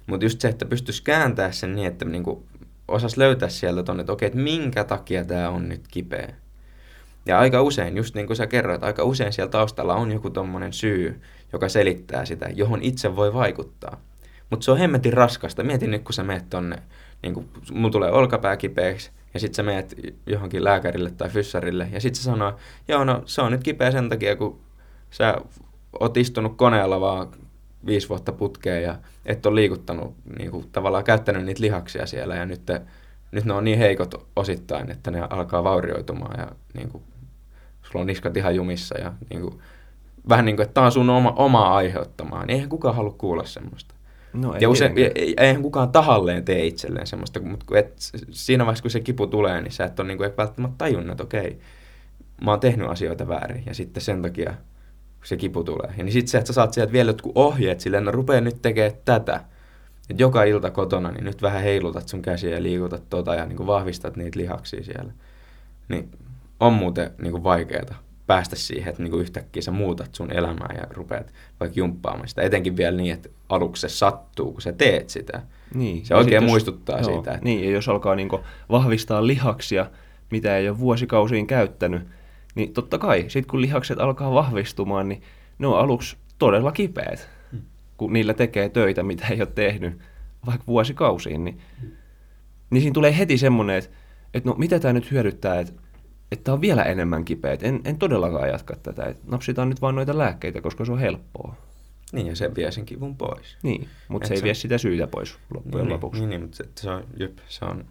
Mutta just se, että pystyisi kääntää sen niin, että niinku osasi löytää sieltä tonne, että okei, että minkä takia tämä on nyt kipeä. Ja aika usein, just niin kuin sä kerroit, aika usein siellä taustalla on joku tommonen syy, joka selittää sitä, johon itse voi vaikuttaa. Mutta se on hemmetin raskasta. Mietin nyt, kun sä meet tonne, niin kun mulla tulee olkapää kipeäksi, ja sit sä meet johonkin lääkärille tai fyssarille, ja sit se sanoo, joo no se on nyt kipeä sen takia, kun sä oot istunut koneella vaan 5 vuotta putkeen, ja et ole liikuttanut, niin kuin, tavallaan käyttänyt niitä lihaksia siellä, ja nyt ne on niin heikot osittain, että ne alkaa vaurioitumaan, ja niin kuin, sulla on niskat ihan jumissa, ja niin kuin, vähän niin kuin, että tää on sun omaa aiheuttamaa, niin eihän kukaan halua kuulla semmoista. No, Ja usein, eihän kukaan tahalleen tee itselleen semmoista, mutta siinä vaiheessa, kun se kipu tulee, niin sä et ole niin kuin, välttämättä tajunnut, että okei, mä oon tehnyt asioita väärin, ja sitten sen takia, kun se kipu tulee. Ja niin sitten se, että sä saat sieltä vielä jotkut ohjeet silleen, no rupee nyt tekemään tätä. Että joka ilta kotona, niin nyt vähän heilutat sun käsiä ja liikutat ja niin kuin vahvistat niitä lihaksia siellä. Niin on muuten niin kuin vaikeeta päästä siihen, että niin kuin yhtäkkiä sä muutat sun elämää ja rupeat vaikka jumppaamaan sitä. Etenkin vielä niin, että aluksi se sattuu, kun sä teet sitä. Niin. Se oikein muistuttaa siitä. Että... Niin, ja jos alkaa niin kuin vahvistaa lihaksia, mitä ei ole vuosikausiin käyttänyt, niin totta kai, sit kun lihakset alkaa vahvistumaan, niin ne on aluksi todella kipeät, kun niillä tekee töitä, mitä ei ole tehnyt vaikka vuosikausiin. Niin siinä tulee heti semmoinen, että no mitä tämä nyt hyödyttää, että on vielä enemmän kipeät. En todellakaan jatka tätä. Että napsitaan nyt vaan noita lääkkeitä, koska se on helppoa. Niin, ja se vie sen kivun pois. Niin, mutta se ei vie sitä syytä pois loppujen lopuksi. Niin, mutta se on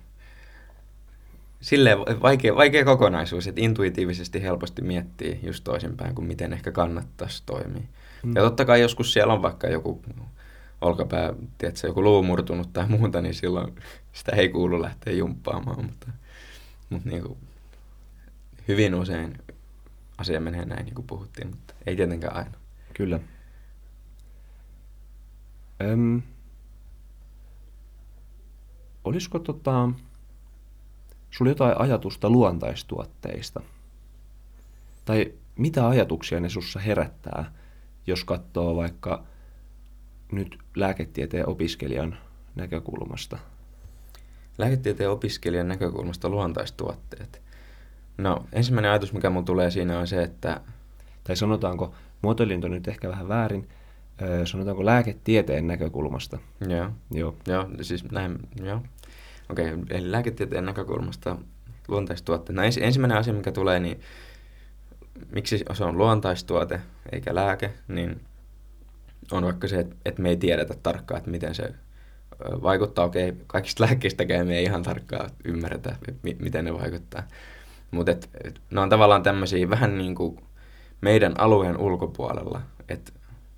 silleen vaikea kokonaisuus, että intuitiivisesti helposti miettii just toisinpäin, kuin miten ehkä kannattaisi toimia. Ja totta kai joskus siellä on vaikka joku olkapää, tiedätkö, joku luu murtunut tai muuta, niin silloin sitä ei kuulu lähteä jumppaamaan, mutta niin kuin, hyvin usein asia menee näin, niin kuin puhuttiin, mutta ei tietenkään aina. Kyllä. Olisiko sulla jotain ajatusta luontaistuotteista? Tai mitä ajatuksia ne sussa herättää, jos katsoo vaikka nyt lääketieteen opiskelijan näkökulmasta? Lääketieteen opiskelijan näkökulmasta luontaistuotteet. No, ensimmäinen ajatus, mikä mun tulee siinä on se, että... Tai sanotaanko, muotoilinto nyt ehkä vähän väärin, sanotaanko lääketieteen näkökulmasta? Joo, siis näin, joo. Okei, eli lääketieteen näkökulmasta luontaistuotteet. No ensimmäinen asia, mikä tulee, niin miksi se on luontaistuote eikä lääke, niin on vaikka se, että me ei tiedetä tarkkaan, että miten se vaikuttaa. Okei, kaikista lääkkeistäkään me ei ihan tarkkaan ymmärretä, miten ne vaikuttaa. Mutta ne on tavallaan tämmöisiä vähän niin kuin meidän alueen ulkopuolella, että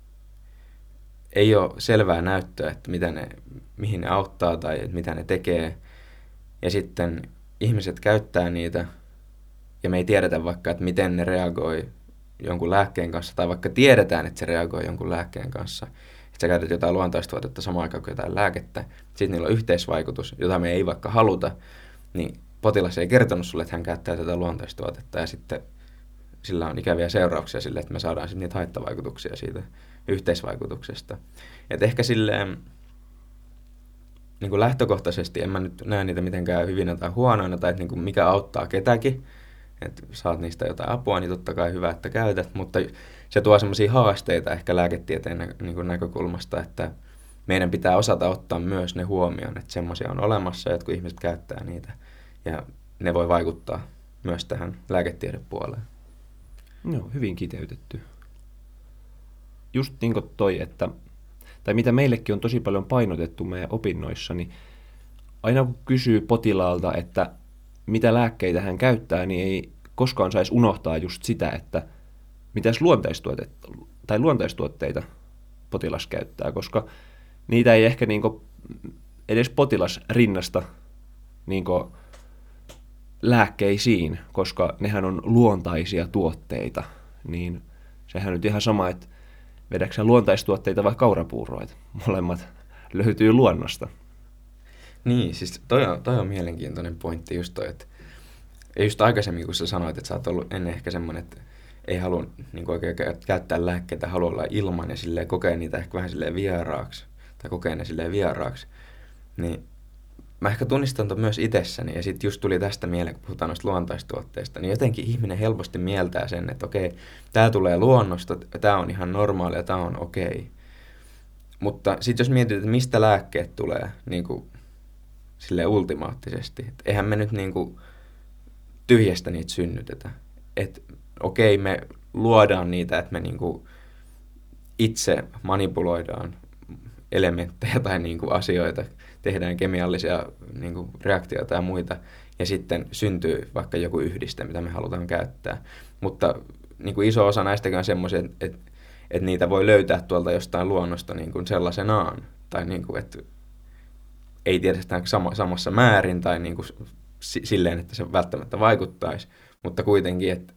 ei ole selvää näyttöä, että mihin ne auttaa tai että mitä ne tekee. Ja sitten ihmiset käyttää niitä ja me ei tiedetä vaikka, että miten ne reagoi jonkun lääkkeen kanssa, tai vaikka tiedetään, että se reagoi jonkun lääkkeen kanssa. Että sä käytät jotain luontaistuotetta samaan aikaan kuin jotain lääkettä, sitten niillä on yhteisvaikutus, jota me ei vaikka haluta, niin potilas ei kertonut sulle, että hän käyttää tätä luontaistuotetta, ja sitten sillä on ikäviä seurauksia sille, että me saadaan sitten niitä haittavaikutuksia siitä yhteisvaikutuksesta. Et ehkä silleen niin kuin lähtökohtaisesti en mä nyt näe niitä mitenkään hyvinä tai huonoina, tai että niin kuin mikä auttaa ketäkin, että saat niistä jotain apua, niin totta kai hyvä, että käytät, mutta se tuo semmoisia haasteita ehkä lääketieteen niin kuin näkökulmasta, että meidän pitää osata ottaa myös ne huomioon, että semmoisia on olemassa, että kun ihmiset käyttää niitä, ja ne voi vaikuttaa myös tähän lääketiedepuoleen. Joo, hyvin kiteytetty. Just niin kuin tai mitä meillekin on tosi paljon painotettu meidän opinnoissa, niin aina kun kysyy potilaalta, että mitä lääkkeitä hän käyttää, niin ei koskaan saisi unohtaa just sitä, että mitäs luontaistuotteita potilas käyttää, koska niitä ei ehkä niinku edes potilas rinnasta niinku lääkkeisiin, koska nehän on luontaisia tuotteita, niin sehän nyt ihan sama, että vedäksä luontaistuotteita vai kaurapuuroita, molemmat löytyy luonnosta. Niin, siis toi on mielenkiintoinen pointti just toi, että just aikaisemmin kun sä sanoit, että sä oot ollut ennen ehkä semmoinen, että ei halua niin oikein käyttää lääkkeitä, haluaa olla ilman ja silleen kokea niitä ehkä vähän silleen vieraaksi. tai kokee ne silleen vieraaksi. Niin mä ehkä tunnistan ton myös itsessäni, ja sitten just tuli tästä mieleen, kun puhutaan noista luontaistuotteista, niin jotenkin ihminen helposti mieltää sen, että okei, tää tulee luonnosta, tää on ihan normaalia, tää on okei. Mutta sitten jos mietit, että mistä lääkkeet tulee niin kuin silleen ultimaattisesti, että eihän me nyt niin kuin tyhjästä niitä synnytetä. Että okei, me luodaan niitä, että me niin kuin itse manipuloidaan elementtejä tai niin kuin asioita, tehdään kemiallisia niin kuin reaktioita ja muita, ja sitten syntyy vaikka joku yhdiste, mitä me halutaan käyttää. Mutta niin kuin iso osa näistäkin on semmoisia, että niitä voi löytää tuolta jostain luonnosta niin kuin sellaisenaan, tai niin kuin, että ei tiedetään samassa määrin, tai niin kuin silleen, että se välttämättä vaikuttaisi, mutta kuitenkin, että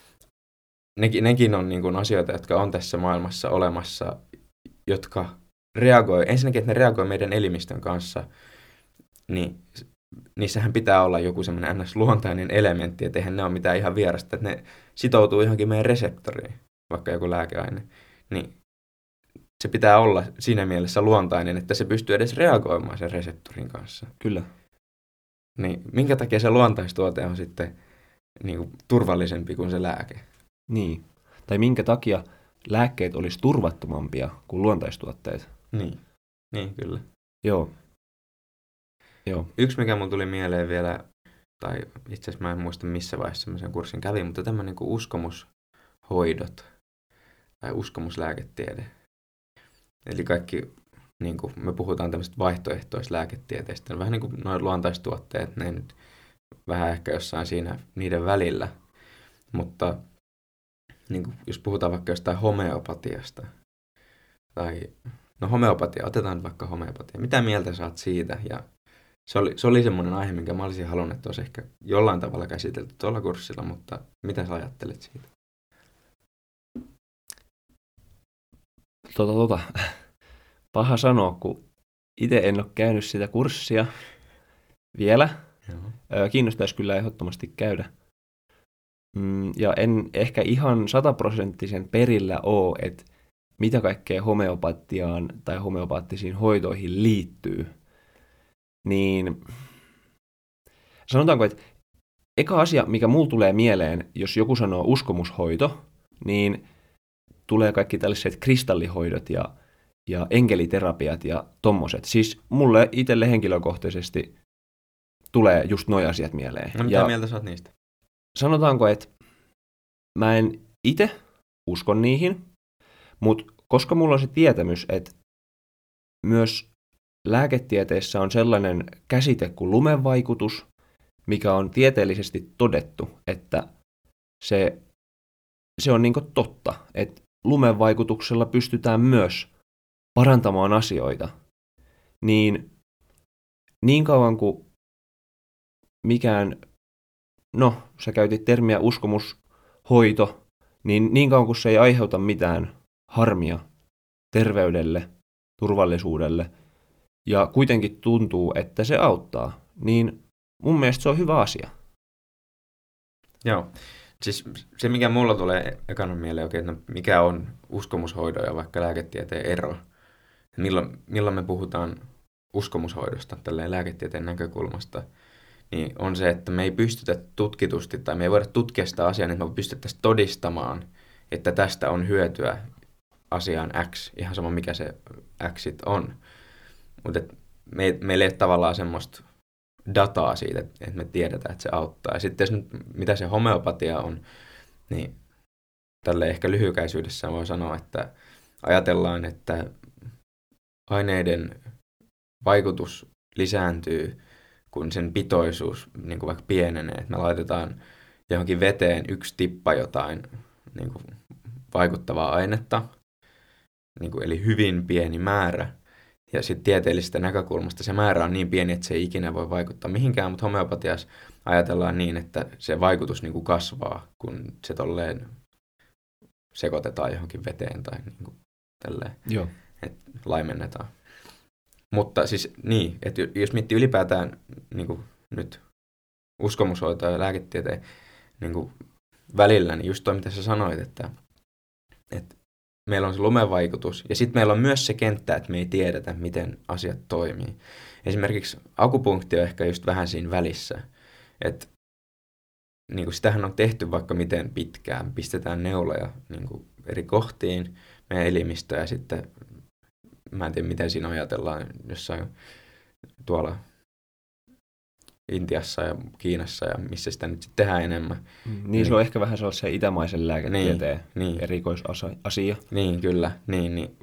nekin on niin kuin asioita, jotka on tässä maailmassa olemassa, jotka ensinnäkin, että ne reagoi meidän elimistön kanssa, niin niissähän pitää olla joku semmoinen ns-luontainen elementti, että eihän ne ole mitään ihan vierasta, että ne sitoutuu johonkin meidän reseptoriin, vaikka joku lääkeaine, niin se pitää olla siinä mielessä luontainen, että se pystyy edes reagoimaan sen reseptorin kanssa. Kyllä. Niin minkä takia se luontaistuote on sitten niin kuin turvallisempi kuin se lääke? Niin. Tai minkä takia lääkkeet olisi turvattomampia kuin luontaistuotteet? Niin kyllä. Joo. Yksi, mikä mun tuli mieleen vielä, tai itse asiassa mä en muista missä vaiheessa mä sen kurssin kävin, mutta tämmöinen kuin uskomushoidot tai uskomuslääketiede. Eli kaikki, niin kuin me puhutaan tämmöistä vaihtoehtoislääketieteistä, vähän niin kuin nuo luontaistuotteet, ne nyt vähän ehkä jossain siinä niiden välillä, mutta niin kuin, jos puhutaan vaikka jostain homeopatiasta, tai no homeopatia, otetaan vaikka homeopatia. Mitä mieltä saat siitä? Ja se oli semmoinen aihe, minkä mä olisin halunnut, että olisi ehkä jollain tavalla käsitelty tuolla kurssilla, mutta mitä sä ajattelet siitä? Paha sanoa, kun itse en ole käynyt sitä kurssia vielä. Joo. Kiinnostaisi kyllä ehdottomasti käydä. Ja en ehkä ihan 100% perillä ole, että mitä kaikkea homeopatiaan tai homeopaattisiin hoitoihin liittyy. Niin sanotaanko, että eka asia, mikä mulla tulee mieleen, jos joku sanoo uskomushoito, niin tulee kaikki tällaiset kristallihoidot ja enkeliterapiat ja tommoset. Siis mulle itselle henkilökohtaisesti tulee just noi asiat mieleen. No mitä mieltä sä oot niistä? Sanotaanko, että mä en itse usko niihin, mutta koska mulla on se tietämys, että myös lääketieteessä on sellainen käsite kuin lumevaikutus, mikä on tieteellisesti todettu, että se on niinku totta, että lumevaikutuksella pystytään myös parantamaan asioita, niin kauan kuin mikään, no sä käytit termiä uskomushoito, niin kauan kuin se ei aiheuta mitään harmia terveydelle, turvallisuudelle, ja kuitenkin tuntuu, että se auttaa, niin mun mielestä se on hyvä asia. Joo. Siis se, mikä mulla tulee ekana mieleen, että no, mikä on uskomushoidon ja vaikka lääketieteen ero. Milloin me puhutaan uskomushoidosta tälleen lääketieteen näkökulmasta, niin on se, että me ei pystytä tutkitusti tai me ei voida tutkia sitä asiaa, niin me pystyttäisiin todistamaan, että tästä on hyötyä asiaan X, ihan sama mikä se X sit on. Mutta meillä ei ole tavallaan semmoista dataa siitä, että me tiedetään, että se auttaa. Ja sitten nyt, mitä se homeopatia on, niin tälle ehkä lyhykäisyydessä voi sanoa, että ajatellaan, että aineiden vaikutus lisääntyy, kun sen pitoisuus niin kuin vaikka pienenee. Että me laitetaan johonkin veteen 1 tippa jotain niin kuin vaikuttavaa ainetta, niin kuin, eli hyvin pieni määrä. Ja sitten tieteellisestä näkökulmasta se määrä on niin pieni, että se ei ikinä voi vaikuttaa mihinkään, mutta homeopatiassa ajatellaan niin, että se vaikutus niin kuin kasvaa, kun se tolleen sekoitetaan johonkin veteen tai niin kuin tälleen, että laimennetaan. Mutta siis niin, että jos miettii ylipäätään niin kuin nyt uskomushoitoa ja lääketieteen niin kuin välillä, niin just toi, mitä sä sanoit, että meillä on se lumevaikutus, ja sitten meillä on myös se kenttä, että me ei tiedetä, miten asiat toimii. Esimerkiksi akupunktio on ehkä just vähän siinä välissä, että niin kuin sitähän on tehty vaikka miten pitkään, pistetään neuloja niin kuin eri kohtiin meidän elimistöä, ja sitten mä en tiedä, miten siinä ajatellaan jossain tuolla Intiassa ja Kiinassa ja missä sitä nyt sitten tehdään enemmän. Niin se on ehkä vähän sellaisen itämaisen lääketieteen niin. erikoisasia. Niin, kyllä. Niin.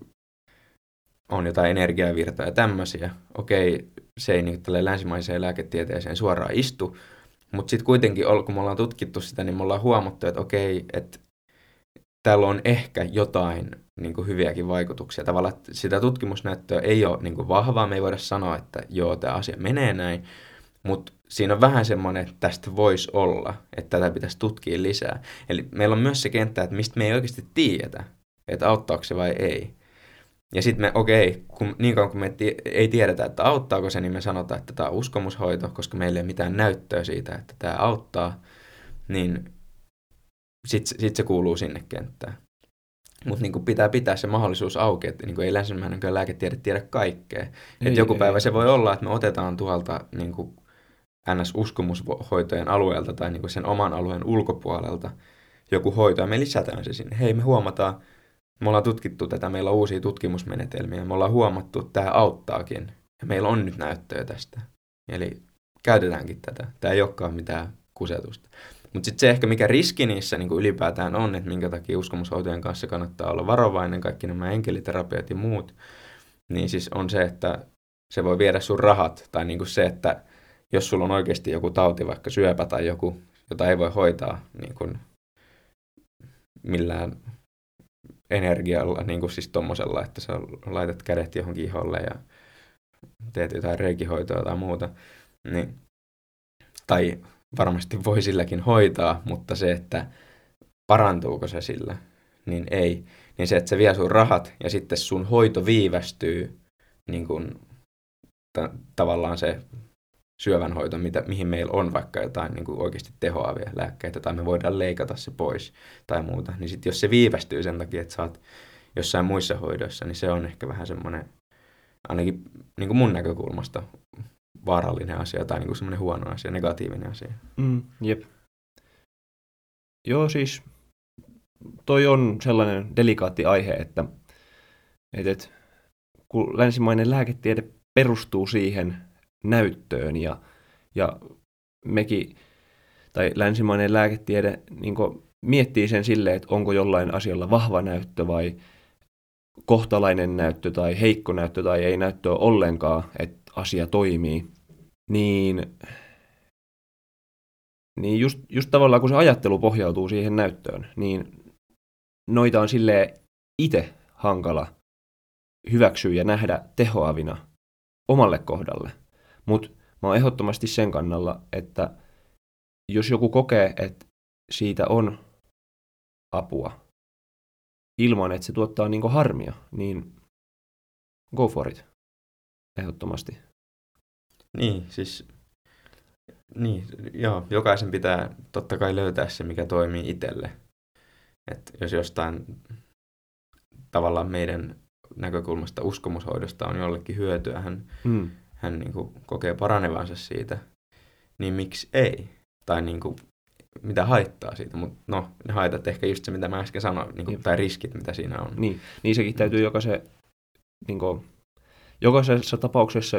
On jotain energiavirtoja ja tämmöisiä. Okei, se ei niin tälle länsimaiseen lääketieteeseen suoraan istu, mutta sitten kuitenkin, kun me ollaan tutkittu sitä, niin me ollaan huomattu, että okei, että täällä on ehkä jotain niin kuin hyviäkin vaikutuksia. Tavallaan sitä tutkimusnäyttöä ei ole niin kuin vahvaa, me ei voida sanoa, että joo, tämä asia menee näin, mutta siinä on vähän semmoinen, että tästä voisi olla, että tätä pitäisi tutkia lisää. Eli meillä on myös se kenttä, että mistä me ei oikeasti tiedetä, että auttaako se vai ei. Ja sitten me, niin kauan kun me ei tiedetä, että auttaako se, niin me sanotaan, että tämä on uskomushoito, koska meillä ei ole mitään näyttöä siitä, että tämä auttaa, niin sitten se kuuluu sinne kenttään. Mutta niin pitää se mahdollisuus auki, että niin ei länsimäinen lääketiede tiedä kaikkea. Että joku päivä se voi olla, että me otetaan tuolta niin NS-uskomushoitojen alueelta tai niin sen oman alueen ulkopuolelta joku hoito, ja me lisätään se sinne. Hei, me huomataan, me ollaan tutkittu tätä, meillä on uusia tutkimusmenetelmiä, me ollaan huomattu, että tämä auttaakin, ja meillä on nyt näyttöä tästä. Eli käytetäänkin tätä. Tämä ei olekaan mitään kusetusta. Mutta sitten se ehkä, mikä riski niissä niin ylipäätään on, että minkä takia uskomushoitojen kanssa kannattaa olla varovainen, kaikki nämä enkeliterapiat ja muut, niin siis on se, että se voi viedä sun rahat, tai niin se, että jos sulla on oikeasti joku tauti, vaikka syöpä tai joku, jota ei voi hoitaa niin kuin millään energialla, niin kuin siis tommosella, että sä laitat kädet johonkin iholle ja teet jotain reikihoitoa tai muuta, niin, tai varmasti voi silläkin hoitaa, mutta se, että parantuuko se sillä, niin ei. Niin se, että se vie sun rahat ja sitten sun hoito viivästyy, niin kuin tavallaan se syövänhoito, mihin meillä on vaikka jotain niin kuin oikeasti tehoavia lääkkeitä, tai me voidaan leikata se pois tai muuta, niin sitten jos se viivästyy sen takia, että sä oot jossain muissa hoidoissa, niin se on ehkä vähän semmoinen, ainakin niin kuin mun näkökulmasta, vaarallinen asia tai niin kuin semmoinen huono asia, negatiivinen asia. Jep. Joo, siis toi on sellainen delikaatti aihe, että kun länsimainen lääketiede perustuu siihen näyttöön ja mekin, tai länsimainen lääketiede niin miettii sen silleen, että onko jollain asialla vahva näyttö vai kohtalainen näyttö tai heikko näyttö tai ei näyttöä ollenkaan, että asia toimii, niin just tavallaan kun se ajattelu pohjautuu siihen näyttöön, niin noita on silleen itse hankala hyväksyä ja nähdä tehoavina omalle kohdalle. Mutta mä oon ehdottomasti sen kannalla, että jos joku kokee, että siitä on apua ilman, että se tuottaa niinku harmia, niin go for it. Ehdottomasti. Niin, siis niin, joo, jokaisen pitää totta kai löytää se, mikä toimii itselle. Että jos jostain tavallaan meidän näkökulmasta uskomushoidosta on jollekin hyötyä, hän niin kuin kokee paranevansa siitä, niin miksi ei? Tai niin kuin, mitä haittaa siitä, mutta no, ne haitat ehkä just se, mitä mä äsken sanoin, niin kuin, tai riskit, mitä siinä on. Niin sekin täytyy jokaisessa tapauksessa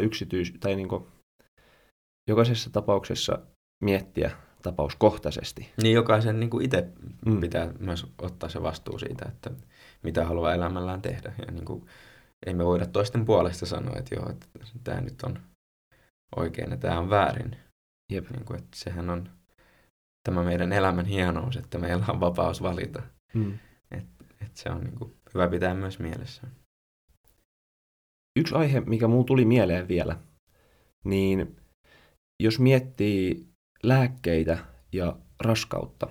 jokaisessa tapauksessa miettiä tapauskohtaisesti. Niin jokaisen niin kuin itse pitää myös ottaa se vastuu siitä, että mitä haluaa elämällään tehdä. Ja niin kuin, ei me voida toisten puolesta sanoa, että joo, että tämä nyt on oikein ja tämä on väärin. Jep. Niin kuin, että sehän on tämä meidän elämän hienous, että meillä on vapaus valita. Että se on niin kuin hyvä pitää myös mielessä. Yksi aihe, mikä mulla tuli mieleen vielä, niin jos miettii lääkkeitä ja raskautta,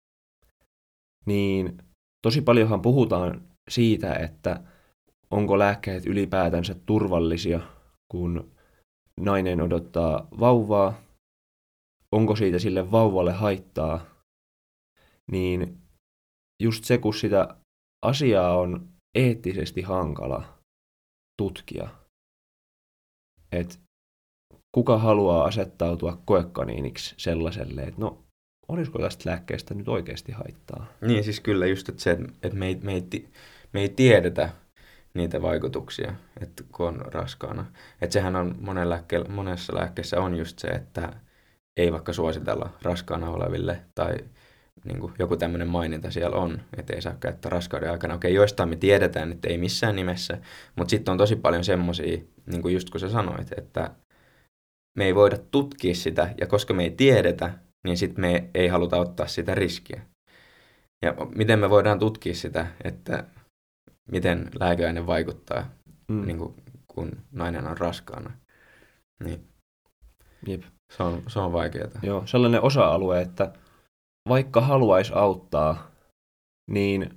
niin tosi paljonhan puhutaan siitä, että onko lääkkeet ylipäätänsä turvallisia, kun nainen odottaa vauvaa, onko siitä sille vauvalle haittaa, niin just se, kun sitä asiaa on eettisesti hankala tutkia. Että kuka haluaa asettautua koekaniiniksi sellaiselle, että no, olisiko tästä lääkkeestä nyt oikeasti haittaa? Niin, siis kyllä just, että se, että me ei tiedetä niitä vaikutuksia, että kun on raskaana. Että sehän on monessa lääkkeessä on just se, että ei vaikka suositella raskaana oleville tai niin kuin joku tämmöinen maininta siellä on, että ei saa käyttää raskauden aikana. Okei, joistain me tiedetään, että ei missään nimessä, mutta sitten on tosi paljon semmoisia, niin kuin just kun sä sanoit, että me ei voida tutkia sitä, ja koska me ei tiedetä, niin sitten me ei haluta ottaa sitä riskiä. Ja miten me voidaan tutkia sitä, että miten lääkeaine vaikuttaa, niin kuin, kun nainen on raskaana. Niin. Jep. Se on vaikeaa. Joo, sellainen osa-alue, että vaikka haluaisi auttaa, niin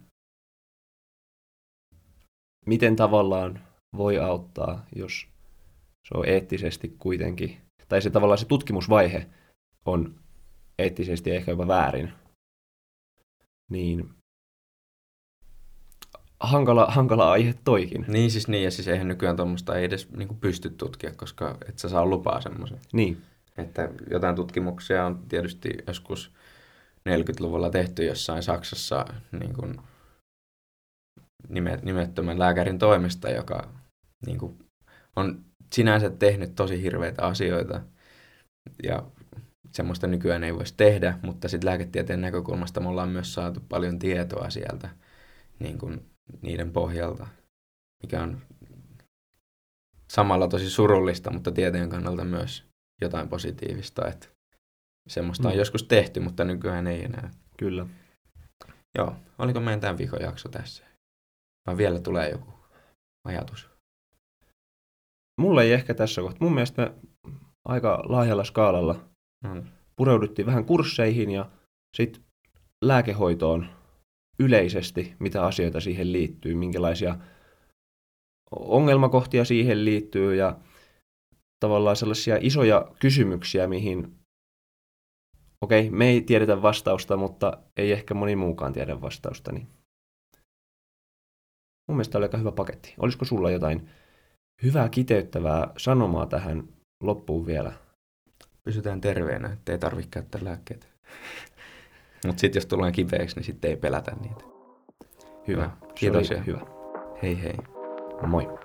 miten tavallaan voi auttaa, jos se on eettisesti kuitenkin, tai se tavallaan se tutkimusvaihe on eettisesti ehkä jopa väärin, niin hankala aihe toikin. Niin siis niin, ja siis eihän nykyään tuommoista ei edes niin kuin pysty tutkia, koska et sä saa lupaa semmoisen. Niin. Että jotain tutkimuksia on tietysti joskus 40-luvulla tehty jossain Saksassa niin kuin nimettömän lääkärin toimesta, joka niin kuin on sinänsä tehnyt tosi hirveitä asioita ja semmoista nykyään ei voisi tehdä, mutta sitten lääketieteen näkökulmasta me ollaan myös saatu paljon tietoa sieltä niin kuin niiden pohjalta, mikä on samalla tosi surullista, mutta tieteen kannalta myös jotain positiivista, että semmoista on joskus tehty, mutta nykyään ei enää. Kyllä. Joo, oliko meidän tämän viikon jakso tässä? Vai vielä tulee joku ajatus? Mulla ei ehkä tässä kohtaa. Mun mielestä me aika laajalla skaalalla pureuduttiin vähän kursseihin ja sitten lääkehoitoon yleisesti, mitä asioita siihen liittyy, minkälaisia ongelmakohtia siihen liittyy ja tavallaan sellaisia isoja kysymyksiä, mihin me ei tiedetä vastausta, mutta ei ehkä moni muukaan tiedä vastausta. Niin mun mielestä oli aika hyvä paketti. Olisiko sulla jotain hyvää kiteyttävää sanomaa tähän loppuun vielä? Pysytään terveenä, ettei tarvitse käyttää lääkkeitä. Mutta sitten jos tulee kipeäksi, niin sitten ei pelätä niitä. Hyvä. Kiitos ja hyvä. Hei hei. Moi.